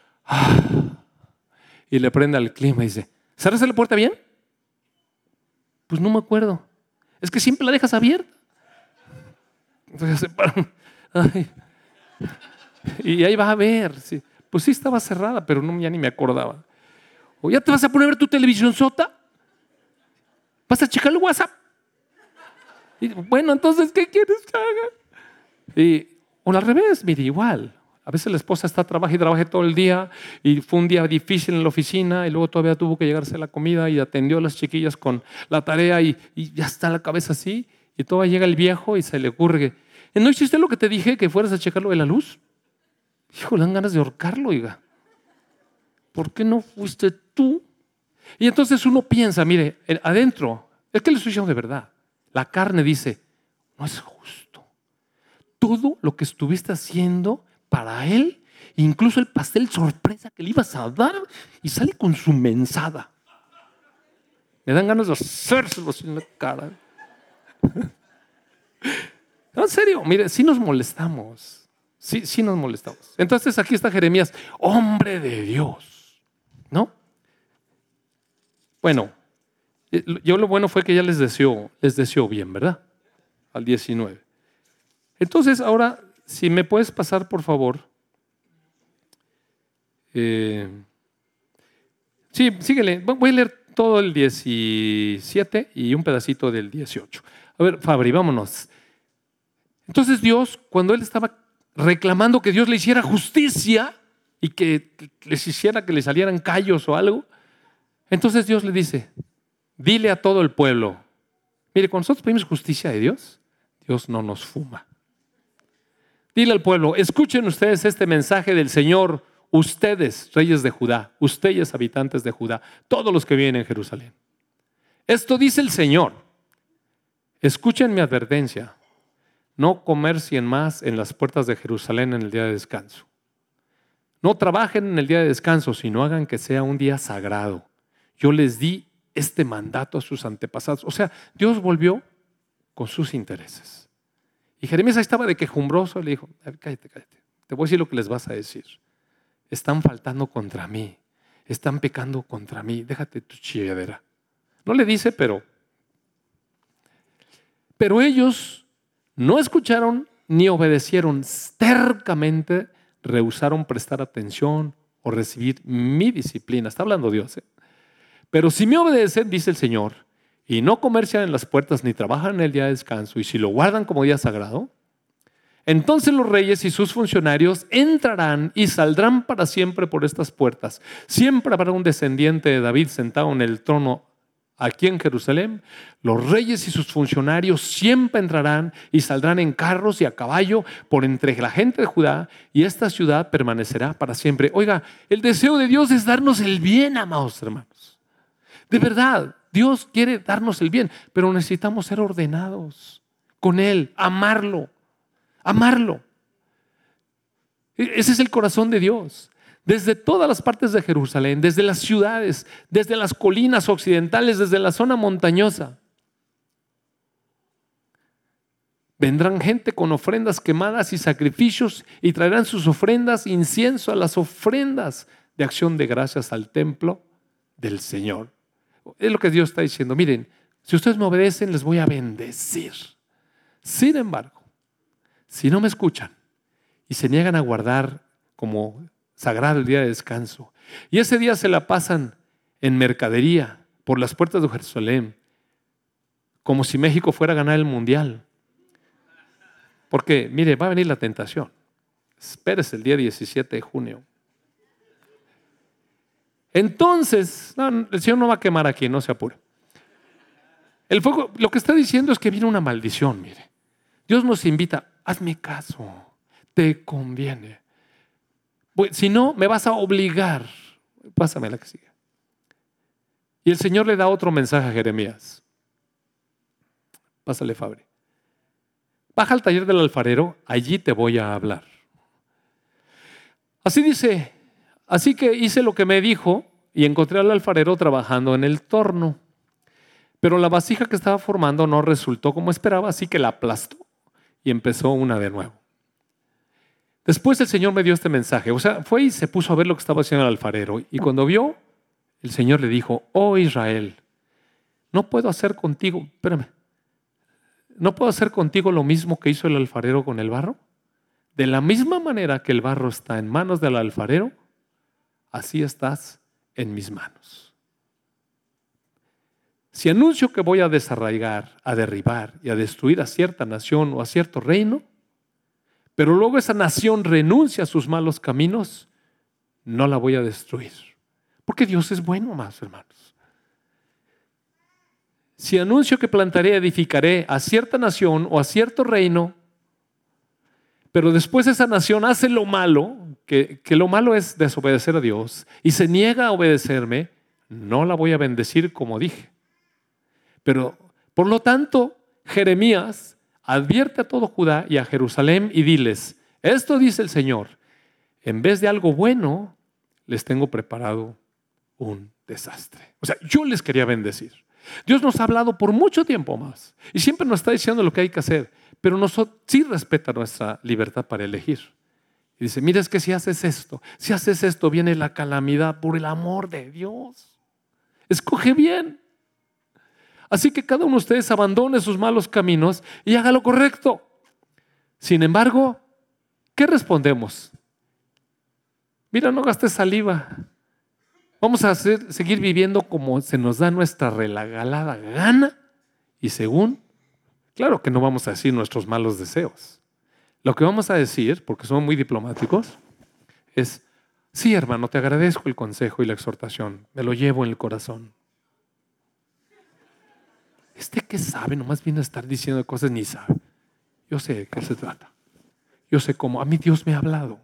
Y le prende al clima y dice, ¿cerraste la puerta bien? Pues no me acuerdo. Es que siempre la dejas abierta. Entonces se paran. Ay. Y ahí va a ver. Sí. Pues sí estaba cerrada, pero no, ya ni me acordaba. ¿O ya te vas a poner a ver tu televisión sota? ¿Vas a checar el WhatsApp? Y, bueno, entonces, ¿qué quieres que haga? O al revés, mire, igual. A veces la esposa está trabaja y trabaja todo el día y fue un día difícil en la oficina y luego todavía tuvo que llegarse la comida y atendió a las chiquillas con la tarea y ya está la cabeza así y todavía llega el viejo y se le ocurre que, ¿no hiciste lo que te dije que fueras a checarlo de la luz? Hijo, le dan ganas de ahorcarlo, oiga. ¿Por qué no fuiste tú? Y entonces uno piensa, mire, adentro, es que le estoy diciendo de verdad, la carne dice, no es justo. Todo lo que estuviste haciendo para él, incluso el pastel sorpresa que le ibas a dar, y sale con su mensada. Me dan ganas de hacérselo en la cara. No, en serio, mire, sí nos molestamos. Sí nos molestamos. Entonces aquí está Jeremías, hombre de Dios, ¿no? Bueno, yo lo bueno fue que ya les deseó bien, ¿verdad? Al 19. Entonces, ahora, si me puedes pasar, por favor. Sí, síguele. Voy a leer todo el 17 y un pedacito del 18. A ver, Fabri, vámonos. Entonces Dios, cuando él estaba reclamando que Dios le hiciera justicia y que les hiciera que le salieran callos o algo, entonces Dios le dice, dile a todo el pueblo, mire, cuando nosotros pedimos justicia de Dios, Dios no nos fuma. Dile al pueblo, escuchen ustedes este mensaje del Señor, ustedes, reyes de Judá, ustedes, habitantes de Judá, todos los que viven en Jerusalén. Esto dice el Señor, escuchen mi advertencia, no comercien más en las puertas de Jerusalén en el día de descanso. No trabajen en el día de descanso, sino hagan que sea un día sagrado. Yo les di este mandato a sus antepasados. O sea, Dios volvió con sus intereses. Y Jeremías ahí estaba de quejumbroso y le dijo, cállate, te voy a decir lo que les vas a decir. Están faltando contra mí, están pecando contra mí, déjate tu chilladera. No le dice, pero ellos no escucharon ni obedecieron, tercamente rehusaron prestar atención o recibir mi disciplina. Está hablando Dios, ¿eh? Pero si me obedecen, dice el Señor, y no comercian en las puertas ni trabajan en el día de descanso, y si lo guardan como día sagrado, entonces los reyes y sus funcionarios entrarán y saldrán para siempre por estas puertas. Siempre habrá un descendiente de David sentado en el trono aquí en Jerusalén. Los reyes y sus funcionarios siempre entrarán y saldrán en carros y a caballo por entre la gente de Judá, y esta ciudad permanecerá para siempre. Oiga, el deseo de Dios es darnos el bien, amados hermanos. De verdad, Dios quiere darnos el bien, pero necesitamos ser ordenados con Él, amarlo. Amarlo. Ese es el corazón de Dios. Desde todas las partes de Jerusalén, desde las ciudades, desde las colinas occidentales, desde la zona montañosa, vendrán gente con ofrendas quemadas y sacrificios y traerán sus ofrendas, incienso a las ofrendas de acción de gracias al templo del Señor. Es lo que Dios está diciendo. Miren, si ustedes me obedecen, les voy a bendecir. Sin embargo, si no me escuchan y se niegan a guardar como sagrado el día de descanso, y ese día se la pasan en mercadería por las puertas de Jerusalén, como si México fuera a ganar el mundial. Porque, mire, va a venir la tentación. Espérese el día 17 de junio. Entonces, no, el Señor no va a quemar aquí, no se apure. El fuego, lo que está diciendo es que viene una maldición, mire. Dios nos invita, hazme caso, te conviene. Pues, si no, me vas a obligar. Pásame la que sigue. Y el Señor le da otro mensaje a Jeremías. Pásale, Fabri. Baja al taller del alfarero, allí te voy a hablar. Así dice, así que hice lo que me dijo y encontré al alfarero trabajando en el torno. Pero la vasija que estaba formando no resultó como esperaba, así que la aplastó y empezó una de nuevo. Después el Señor me dio este mensaje. O sea, fue y se puso a ver lo que estaba haciendo el alfarero. Y cuando vio, el Señor le dijo, oh Israel, no puedo hacer contigo lo mismo que hizo el alfarero con el barro. De la misma manera que el barro está en manos del alfarero, así estás en mis manos. Si anuncio que voy a desarraigar, a derribar y a destruir a cierta nación o a cierto reino, pero luego esa nación renuncia a sus malos caminos, no la voy a destruir. Porque Dios es bueno, más hermanos. Si anuncio que plantaré, edificaré a cierta nación o a cierto reino, pero después esa nación hace lo malo, que lo malo es desobedecer a Dios, y se niega a obedecerme, no la voy a bendecir como dije. Pero, por lo tanto, Jeremías advierte a todo Judá y a Jerusalén y diles, esto dice el Señor, en vez de algo bueno, les tengo preparado un desastre. O sea, yo les quería bendecir. Dios nos ha hablado por mucho tiempo más y siempre nos está diciendo lo que hay que hacer, pero nosotros sí respeta nuestra libertad para elegir. Y dice, mira, es que si haces esto, viene la calamidad por el amor de Dios. Escoge bien. Así que cada uno de ustedes abandone sus malos caminos y haga lo correcto. Sin embargo, ¿qué respondemos? Mira, no gastes saliva. Vamos a seguir viviendo como se nos da nuestra regalada gana y según, claro que no vamos a decir nuestros malos deseos. Lo que vamos a decir, porque somos muy diplomáticos, es, sí, hermano, te agradezco el consejo y la exhortación, me lo llevo en el corazón. ¿Qué sabe? Nomás viene a estar diciendo cosas ni sabe. Yo sé de qué se trata. Yo sé cómo. A mí Dios me ha hablado.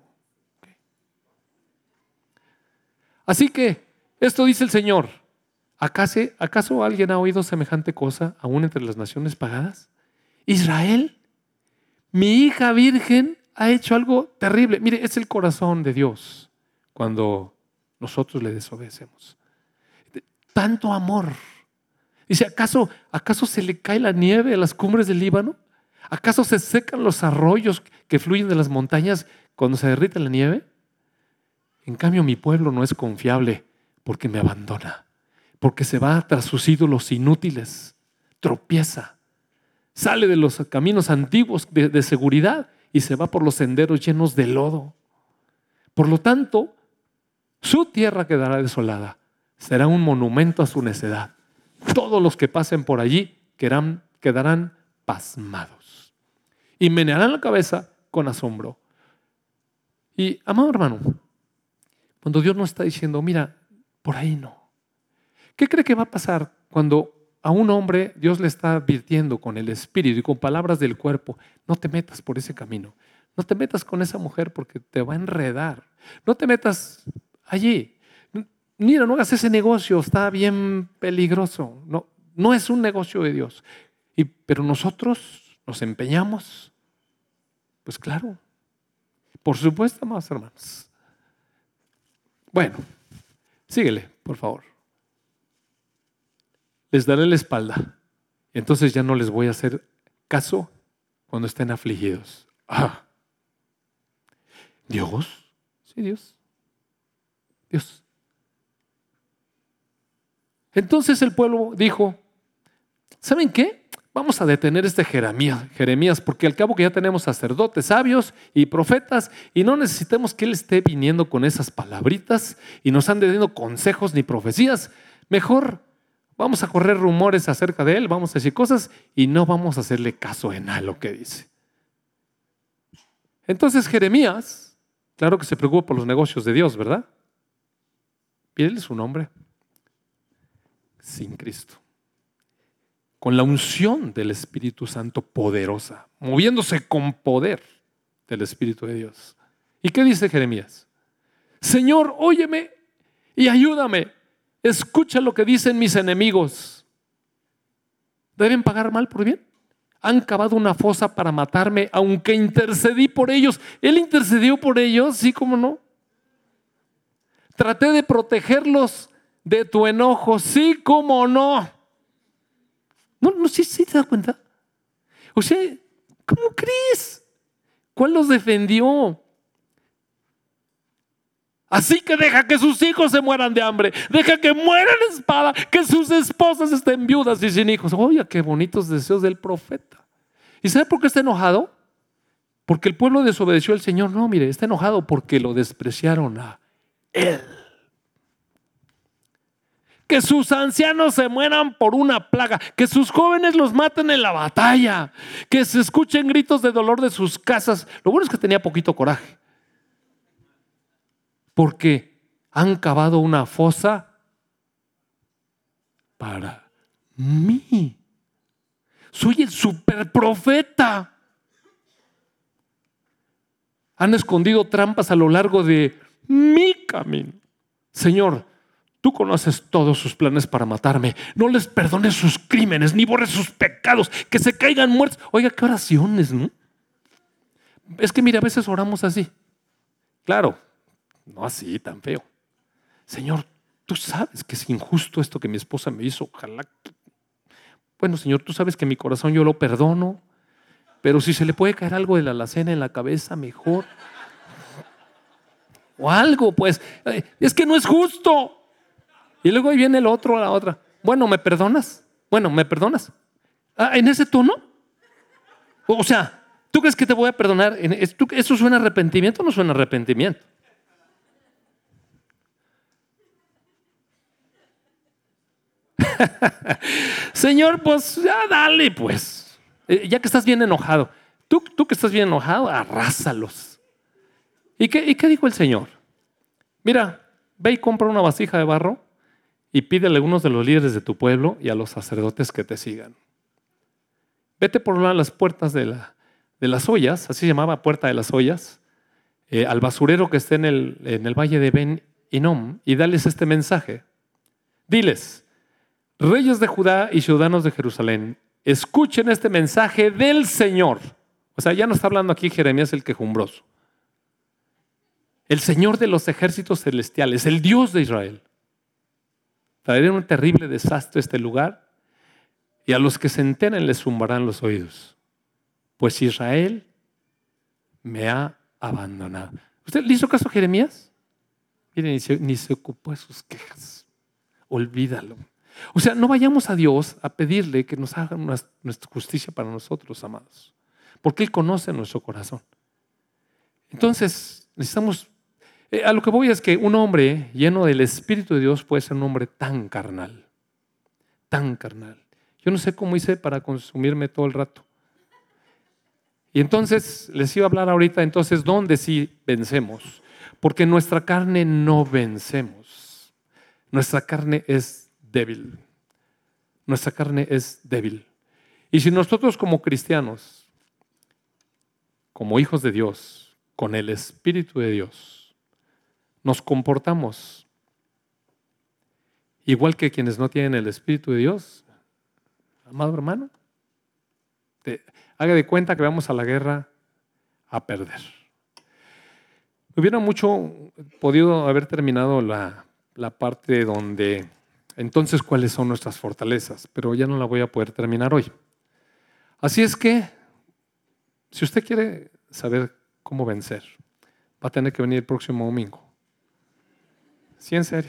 Así que, esto dice el Señor. ¿Acaso alguien ha oído semejante cosa aún entre las naciones paganas? Israel, mi hija virgen, ha hecho algo terrible. Mire, es el corazón de Dios cuando nosotros le desobedecemos. Tanto amor. Dice, ¿acaso se le cae la nieve a las cumbres del Líbano? ¿Acaso se secan los arroyos que fluyen de las montañas cuando se derrite la nieve? En cambio, mi pueblo no es confiable porque me abandona, porque se va tras sus ídolos inútiles, tropieza, sale de los caminos antiguos de seguridad y se va por los senderos llenos de lodo. Por lo tanto, su tierra quedará desolada, será un monumento a su necedad. Todos los que pasen por allí quedarán pasmados y menearán la cabeza con asombro. Y, amado hermano, cuando Dios nos está diciendo, mira, por ahí no. ¿Qué cree que va a pasar cuando a un hombre Dios le está advirtiendo con el espíritu y con palabras del cuerpo? No te metas por ese camino. No te metas con esa mujer porque te va a enredar. No te metas allí. Mira, no hagas ese negocio, está bien peligroso. No es un negocio de Dios. Pero nosotros nos empeñamos. Pues claro. Por supuesto, amados hermanos. Bueno, síguele, por favor. Les daré la espalda. Entonces ya no les voy a hacer caso cuando estén afligidos. ¿Dios? Sí, Dios. Dios. Entonces el pueblo dijo, ¿saben qué? Vamos a detener este Jeremías, porque al cabo que ya tenemos sacerdotes, sabios y profetas, y no necesitamos que él esté viniendo con esas palabritas y nos ande dando consejos ni profecías. Mejor vamos a correr rumores acerca de él, vamos a decir cosas y no vamos a hacerle caso en nada lo que dice. Entonces Jeremías, claro que se preocupa por los negocios de Dios, ¿verdad? Pídele su nombre. Sin Cristo, con la unción del Espíritu Santo poderosa, moviéndose con poder del Espíritu de Dios. ¿Y qué dice Jeremías? Señor, óyeme y ayúdame. Escucha lo que dicen mis enemigos. ¿Deben pagar mal por bien? Han cavado una fosa para matarme, aunque intercedí por ellos. ¿Él intercedió por ellos? Sí, ¿cómo no? Traté de protegerlos de tu enojo, sí, cómo no. No sé si te das cuenta. O sea, ¿cómo crees? ¿Cuál los defendió? Así que deja que sus hijos se mueran de hambre, deja que mueran de espada, que sus esposas estén viudas y sin hijos. Oye, qué bonitos deseos del profeta. ¿Y sabe por qué está enojado? Porque el pueblo desobedeció al Señor. No, mire, está enojado porque lo despreciaron a él. Que sus ancianos se mueran por una plaga, que sus jóvenes los maten en la batalla, que se escuchen gritos de dolor de sus casas. Lo bueno es que tenía poquito coraje, porque han cavado una fosa para mí. Soy el superprofeta. Han escondido trampas a lo largo de mi camino. Señor, tú conoces todos sus planes para matarme. No les perdones sus crímenes, ni borres sus pecados, que se caigan muertos. Oiga, qué oraciones, ¿no? Es que mira, a veces oramos así. Claro, no así tan feo. Señor, tú sabes que es injusto esto que mi esposa me hizo. Ojalá. Bueno, Señor, tú sabes que mi corazón yo lo perdono, pero si se le puede caer algo de la alacena en la cabeza, mejor. O algo, pues. Es que no es justo. Y luego ahí viene el otro, la otra. Bueno, ¿me perdonas? Bueno, ¿me perdonas? ¿En ese tono? O sea, ¿tú crees que te voy a perdonar? ¿Eso suena a arrepentimiento o no suena a arrepentimiento? Señor, pues ya dale, pues. Ya que estás bien enojado. Tú que estás bien enojado, arrásalos. ¿Y qué dijo el Señor? Mira, ve y compra una vasija de barro y pídele a algunos de los líderes de tu pueblo y a los sacerdotes que te sigan. Vete por las puertas de las ollas, así se llamaba, puerta de las ollas, al basurero que esté en el valle de Ben Hinnom, y dales este mensaje. Diles: reyes de Judá y ciudadanos de Jerusalén, escuchen este mensaje del Señor. O sea, ya no está hablando aquí Jeremías el quejumbroso. El Señor de los ejércitos celestiales, el Dios de Israel. Traeré un terrible desastre a este lugar y a los que se enteren les zumbarán los oídos. Pues Israel me ha abandonado. ¿Usted le hizo caso a Jeremías? Miren, ni se ocupó de sus quejas. Olvídalo. O sea, no vayamos a Dios a pedirle que nos haga nuestra justicia para nosotros, amados. Porque Él conoce nuestro corazón. Entonces, necesitamos... a lo que voy es que un hombre lleno del Espíritu de Dios puede ser un hombre tan carnal. Tan carnal. Yo no sé cómo hice para consumirme todo el rato. Y entonces les iba a hablar ahorita, entonces, ¿dónde sí vencemos? Porque nuestra carne no vencemos. Nuestra carne es débil. Nuestra carne es débil. Y si nosotros como cristianos, como hijos de Dios, con el Espíritu de Dios, nos comportamos igual que quienes no tienen el Espíritu de Dios, amado hermano, haga de cuenta que vamos a la guerra a perder. Hubiera mucho podido haber terminado la parte donde, entonces, ¿cuáles son nuestras fortalezas? Pero ya no la voy a poder terminar hoy. Así es que, si usted quiere saber cómo vencer, va a tener que venir el próximo domingo. Sí, en serio.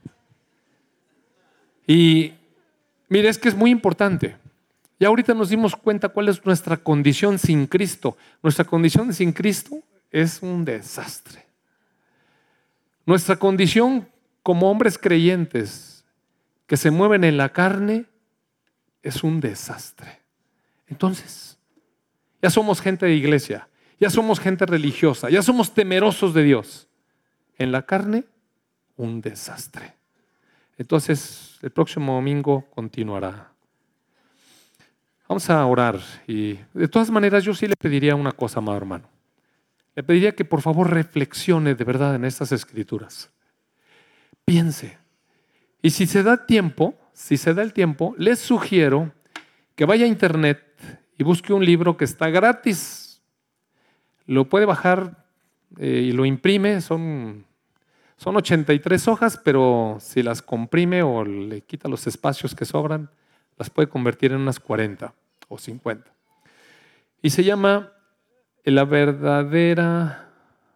Y mire, es que es muy importante. Ya ahorita nos dimos cuenta cuál es nuestra condición sin Cristo. Nuestra condición sin Cristo es un desastre. Nuestra condición como hombres creyentes que se mueven en la carne es un desastre. Entonces, ya somos gente de iglesia, ya somos gente religiosa, ya somos temerosos de Dios. En la carne, un desastre. Entonces, el próximo domingo continuará. Vamos a orar y de todas maneras yo sí le pediría una cosa, amado hermano. Le pediría que por favor reflexione de verdad en estas escrituras. Piense. Y si se da el tiempo, les sugiero que vaya a internet y busque un libro que está gratis. Lo puede bajar y lo imprime. Son 83 hojas, pero si las comprime o le quita los espacios que sobran, las puede convertir en unas 40 o 50. Y se llama La verdad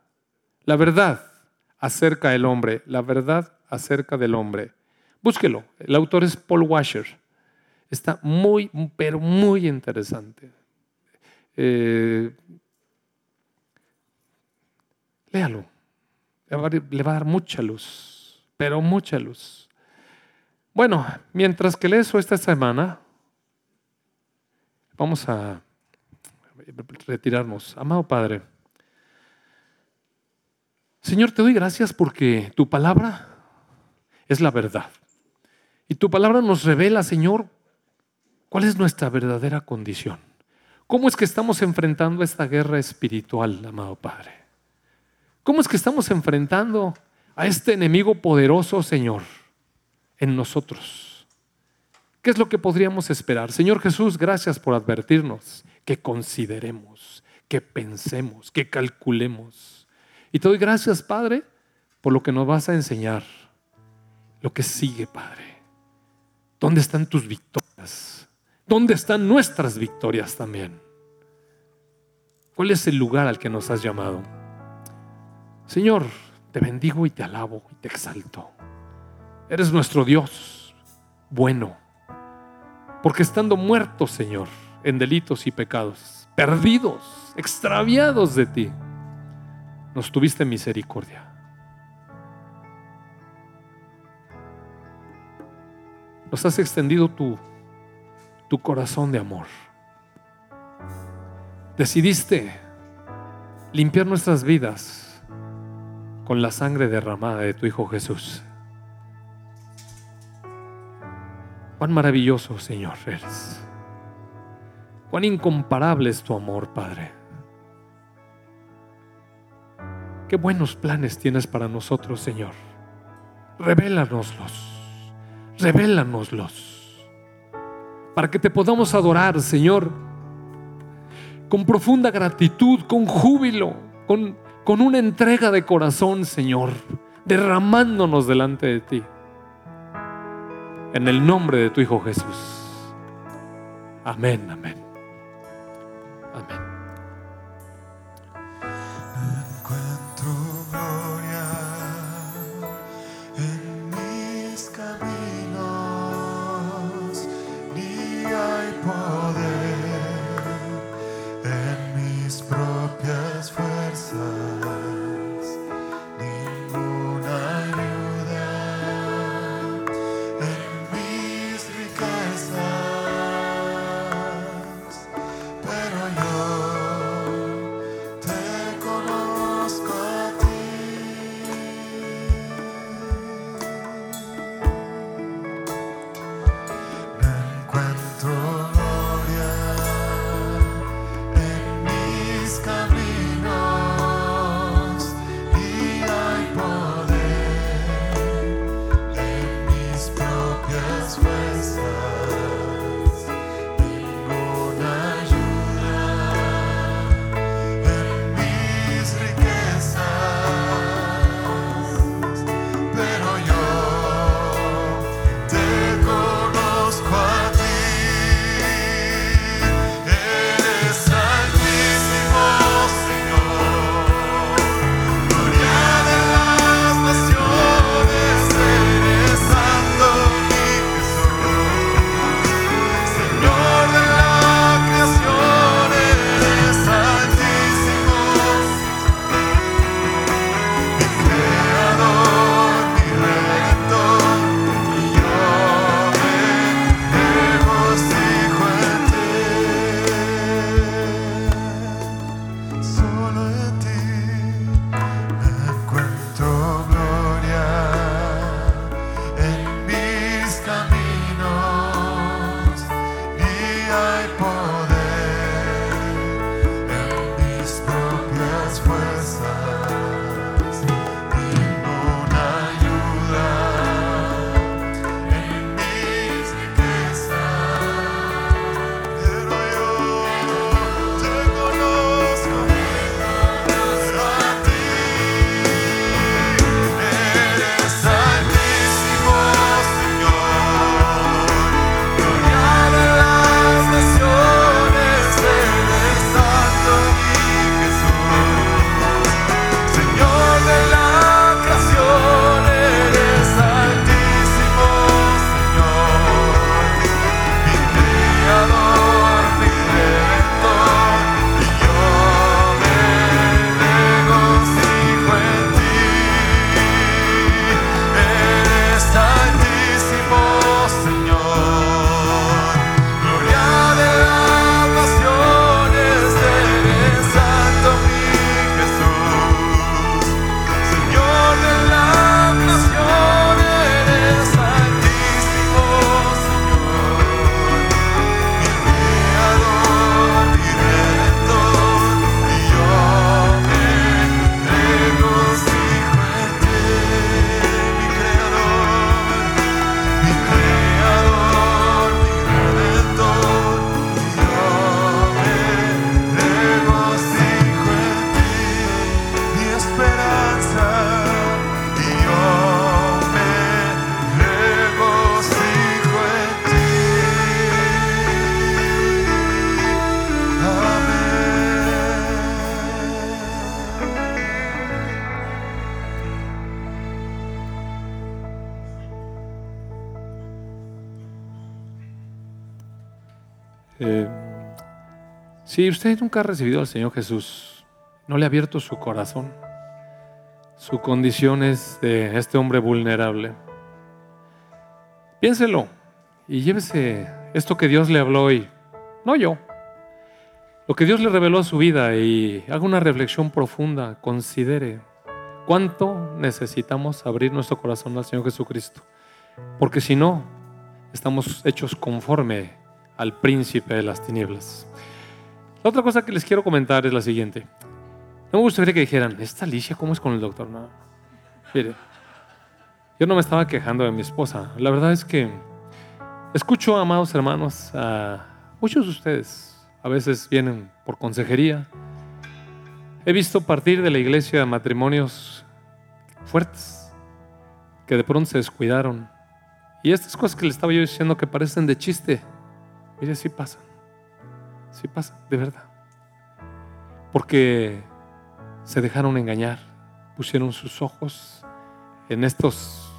acerca del hombre, la verdad acerca del hombre. Búsquelo, el autor es Paul Washer. Está muy, pero muy interesante. Léalo, le va a dar mucha luz, pero mucha luz. Bueno, mientras que lees esta semana, vamos a retirarnos. Amado Padre, Señor, te doy gracias porque tu palabra es la verdad. Y tu palabra nos revela, Señor, cuál es nuestra verdadera condición. ¿Cómo es que estamos enfrentando esta guerra espiritual, amado Padre? ¿Cómo es que estamos enfrentando a este enemigo poderoso, Señor, en nosotros? ¿Qué es lo que podríamos esperar? Señor Jesús, gracias por advertirnos que consideremos, que pensemos, que calculemos. Y te doy gracias, Padre, por lo que nos vas a enseñar. Lo que sigue, Padre. ¿Dónde están tus victorias? ¿Dónde están nuestras victorias también? ¿Cuál es el lugar al que nos has llamado? Señor, te bendigo y te alabo y te exalto. Eres nuestro Dios bueno, porque estando muertos, Señor, en delitos y pecados, perdidos, extraviados de ti, nos tuviste misericordia. Nos has extendido tu corazón de amor. Decidiste limpiar nuestras vidas con la sangre derramada de tu Hijo Jesús. Cuán maravilloso, Señor, eres. Cuán incomparable es tu amor, Padre. Qué buenos planes tienes para nosotros, Señor. Revélanoslos. Revélanoslos. Para que te podamos adorar, Señor, con profunda gratitud, con júbilo, con una entrega de corazón, Señor, derramándonos delante de ti. En el nombre de tu Hijo Jesús. Amén, amén. Amén. Encuentro gloria en mis caminos, ni hay poder en mis propias fuerzas, ninguna ayuda en mis riquezas, pero yo Eh, si usted nunca ha recibido al Señor Jesús, no le ha abierto su corazón, su condición es de este hombre vulnerable, piénselo y llévese esto que Dios le habló hoy, no yo, lo que Dios le reveló a su vida, y haga una reflexión profunda, considere cuánto necesitamos abrir nuestro corazón al Señor Jesucristo, porque si no, estamos hechos conforme al príncipe de las tinieblas. La otra cosa que les quiero comentar es la siguiente. No me gustaría que dijeran, ¿esta Alicia cómo es con el doctor? No. Mire, yo no me estaba quejando de mi esposa. La verdad es que escucho, amados hermanos, a muchos de ustedes. A veces vienen por consejería. He visto partir de la iglesia matrimonios fuertes que de pronto se descuidaron. Y estas cosas que le estaba yo diciendo que parecen de chiste, mire, sí pasan, de verdad. Porque se dejaron engañar, pusieron sus ojos en estos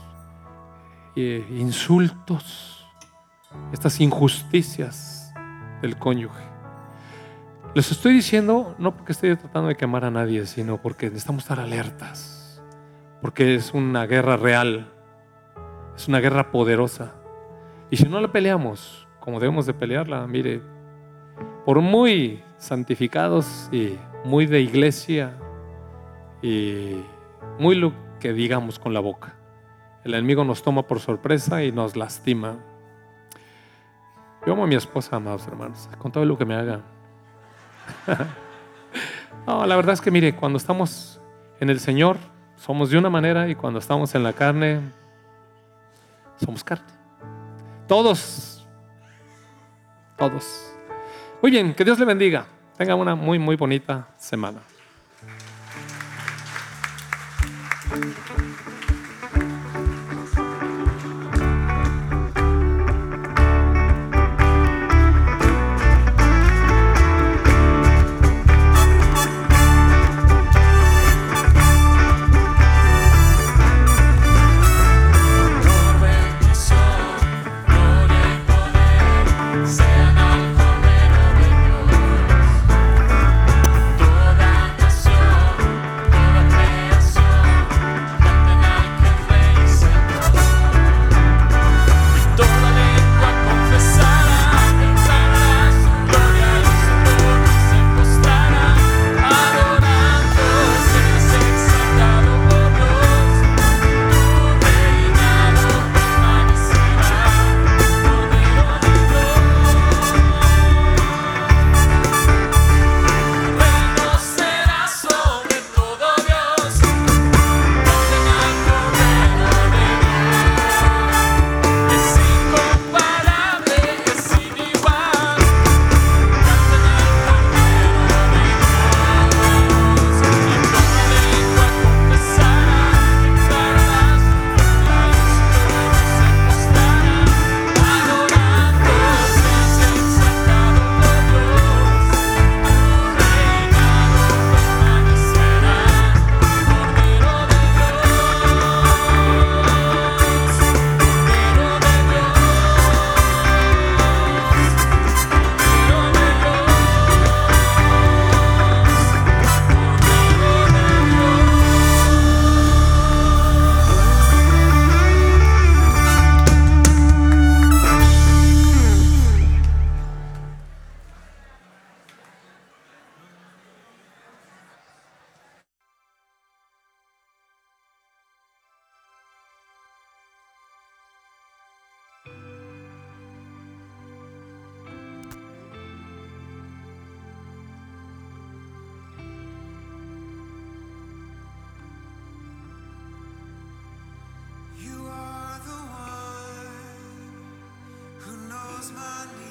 insultos, estas injusticias del cónyuge. Les estoy diciendo no porque estoy tratando de quemar a nadie, sino porque necesitamos estar alertas, porque es una guerra real, es una guerra poderosa, y si no la peleamos como debemos de pelearla, mire, por muy santificados y muy de iglesia y muy lo que digamos con la boca, el enemigo nos toma por sorpresa y nos lastima. Yo amo a mi esposa, amados hermanos, con todo lo que me haga. No, la verdad es que mire, cuando estamos en el Señor somos de una manera, y cuando estamos en la carne somos carne. Todos. Muy bien, que Dios le bendiga. Tenga una muy, muy bonita semana. You are the one who knows my needs.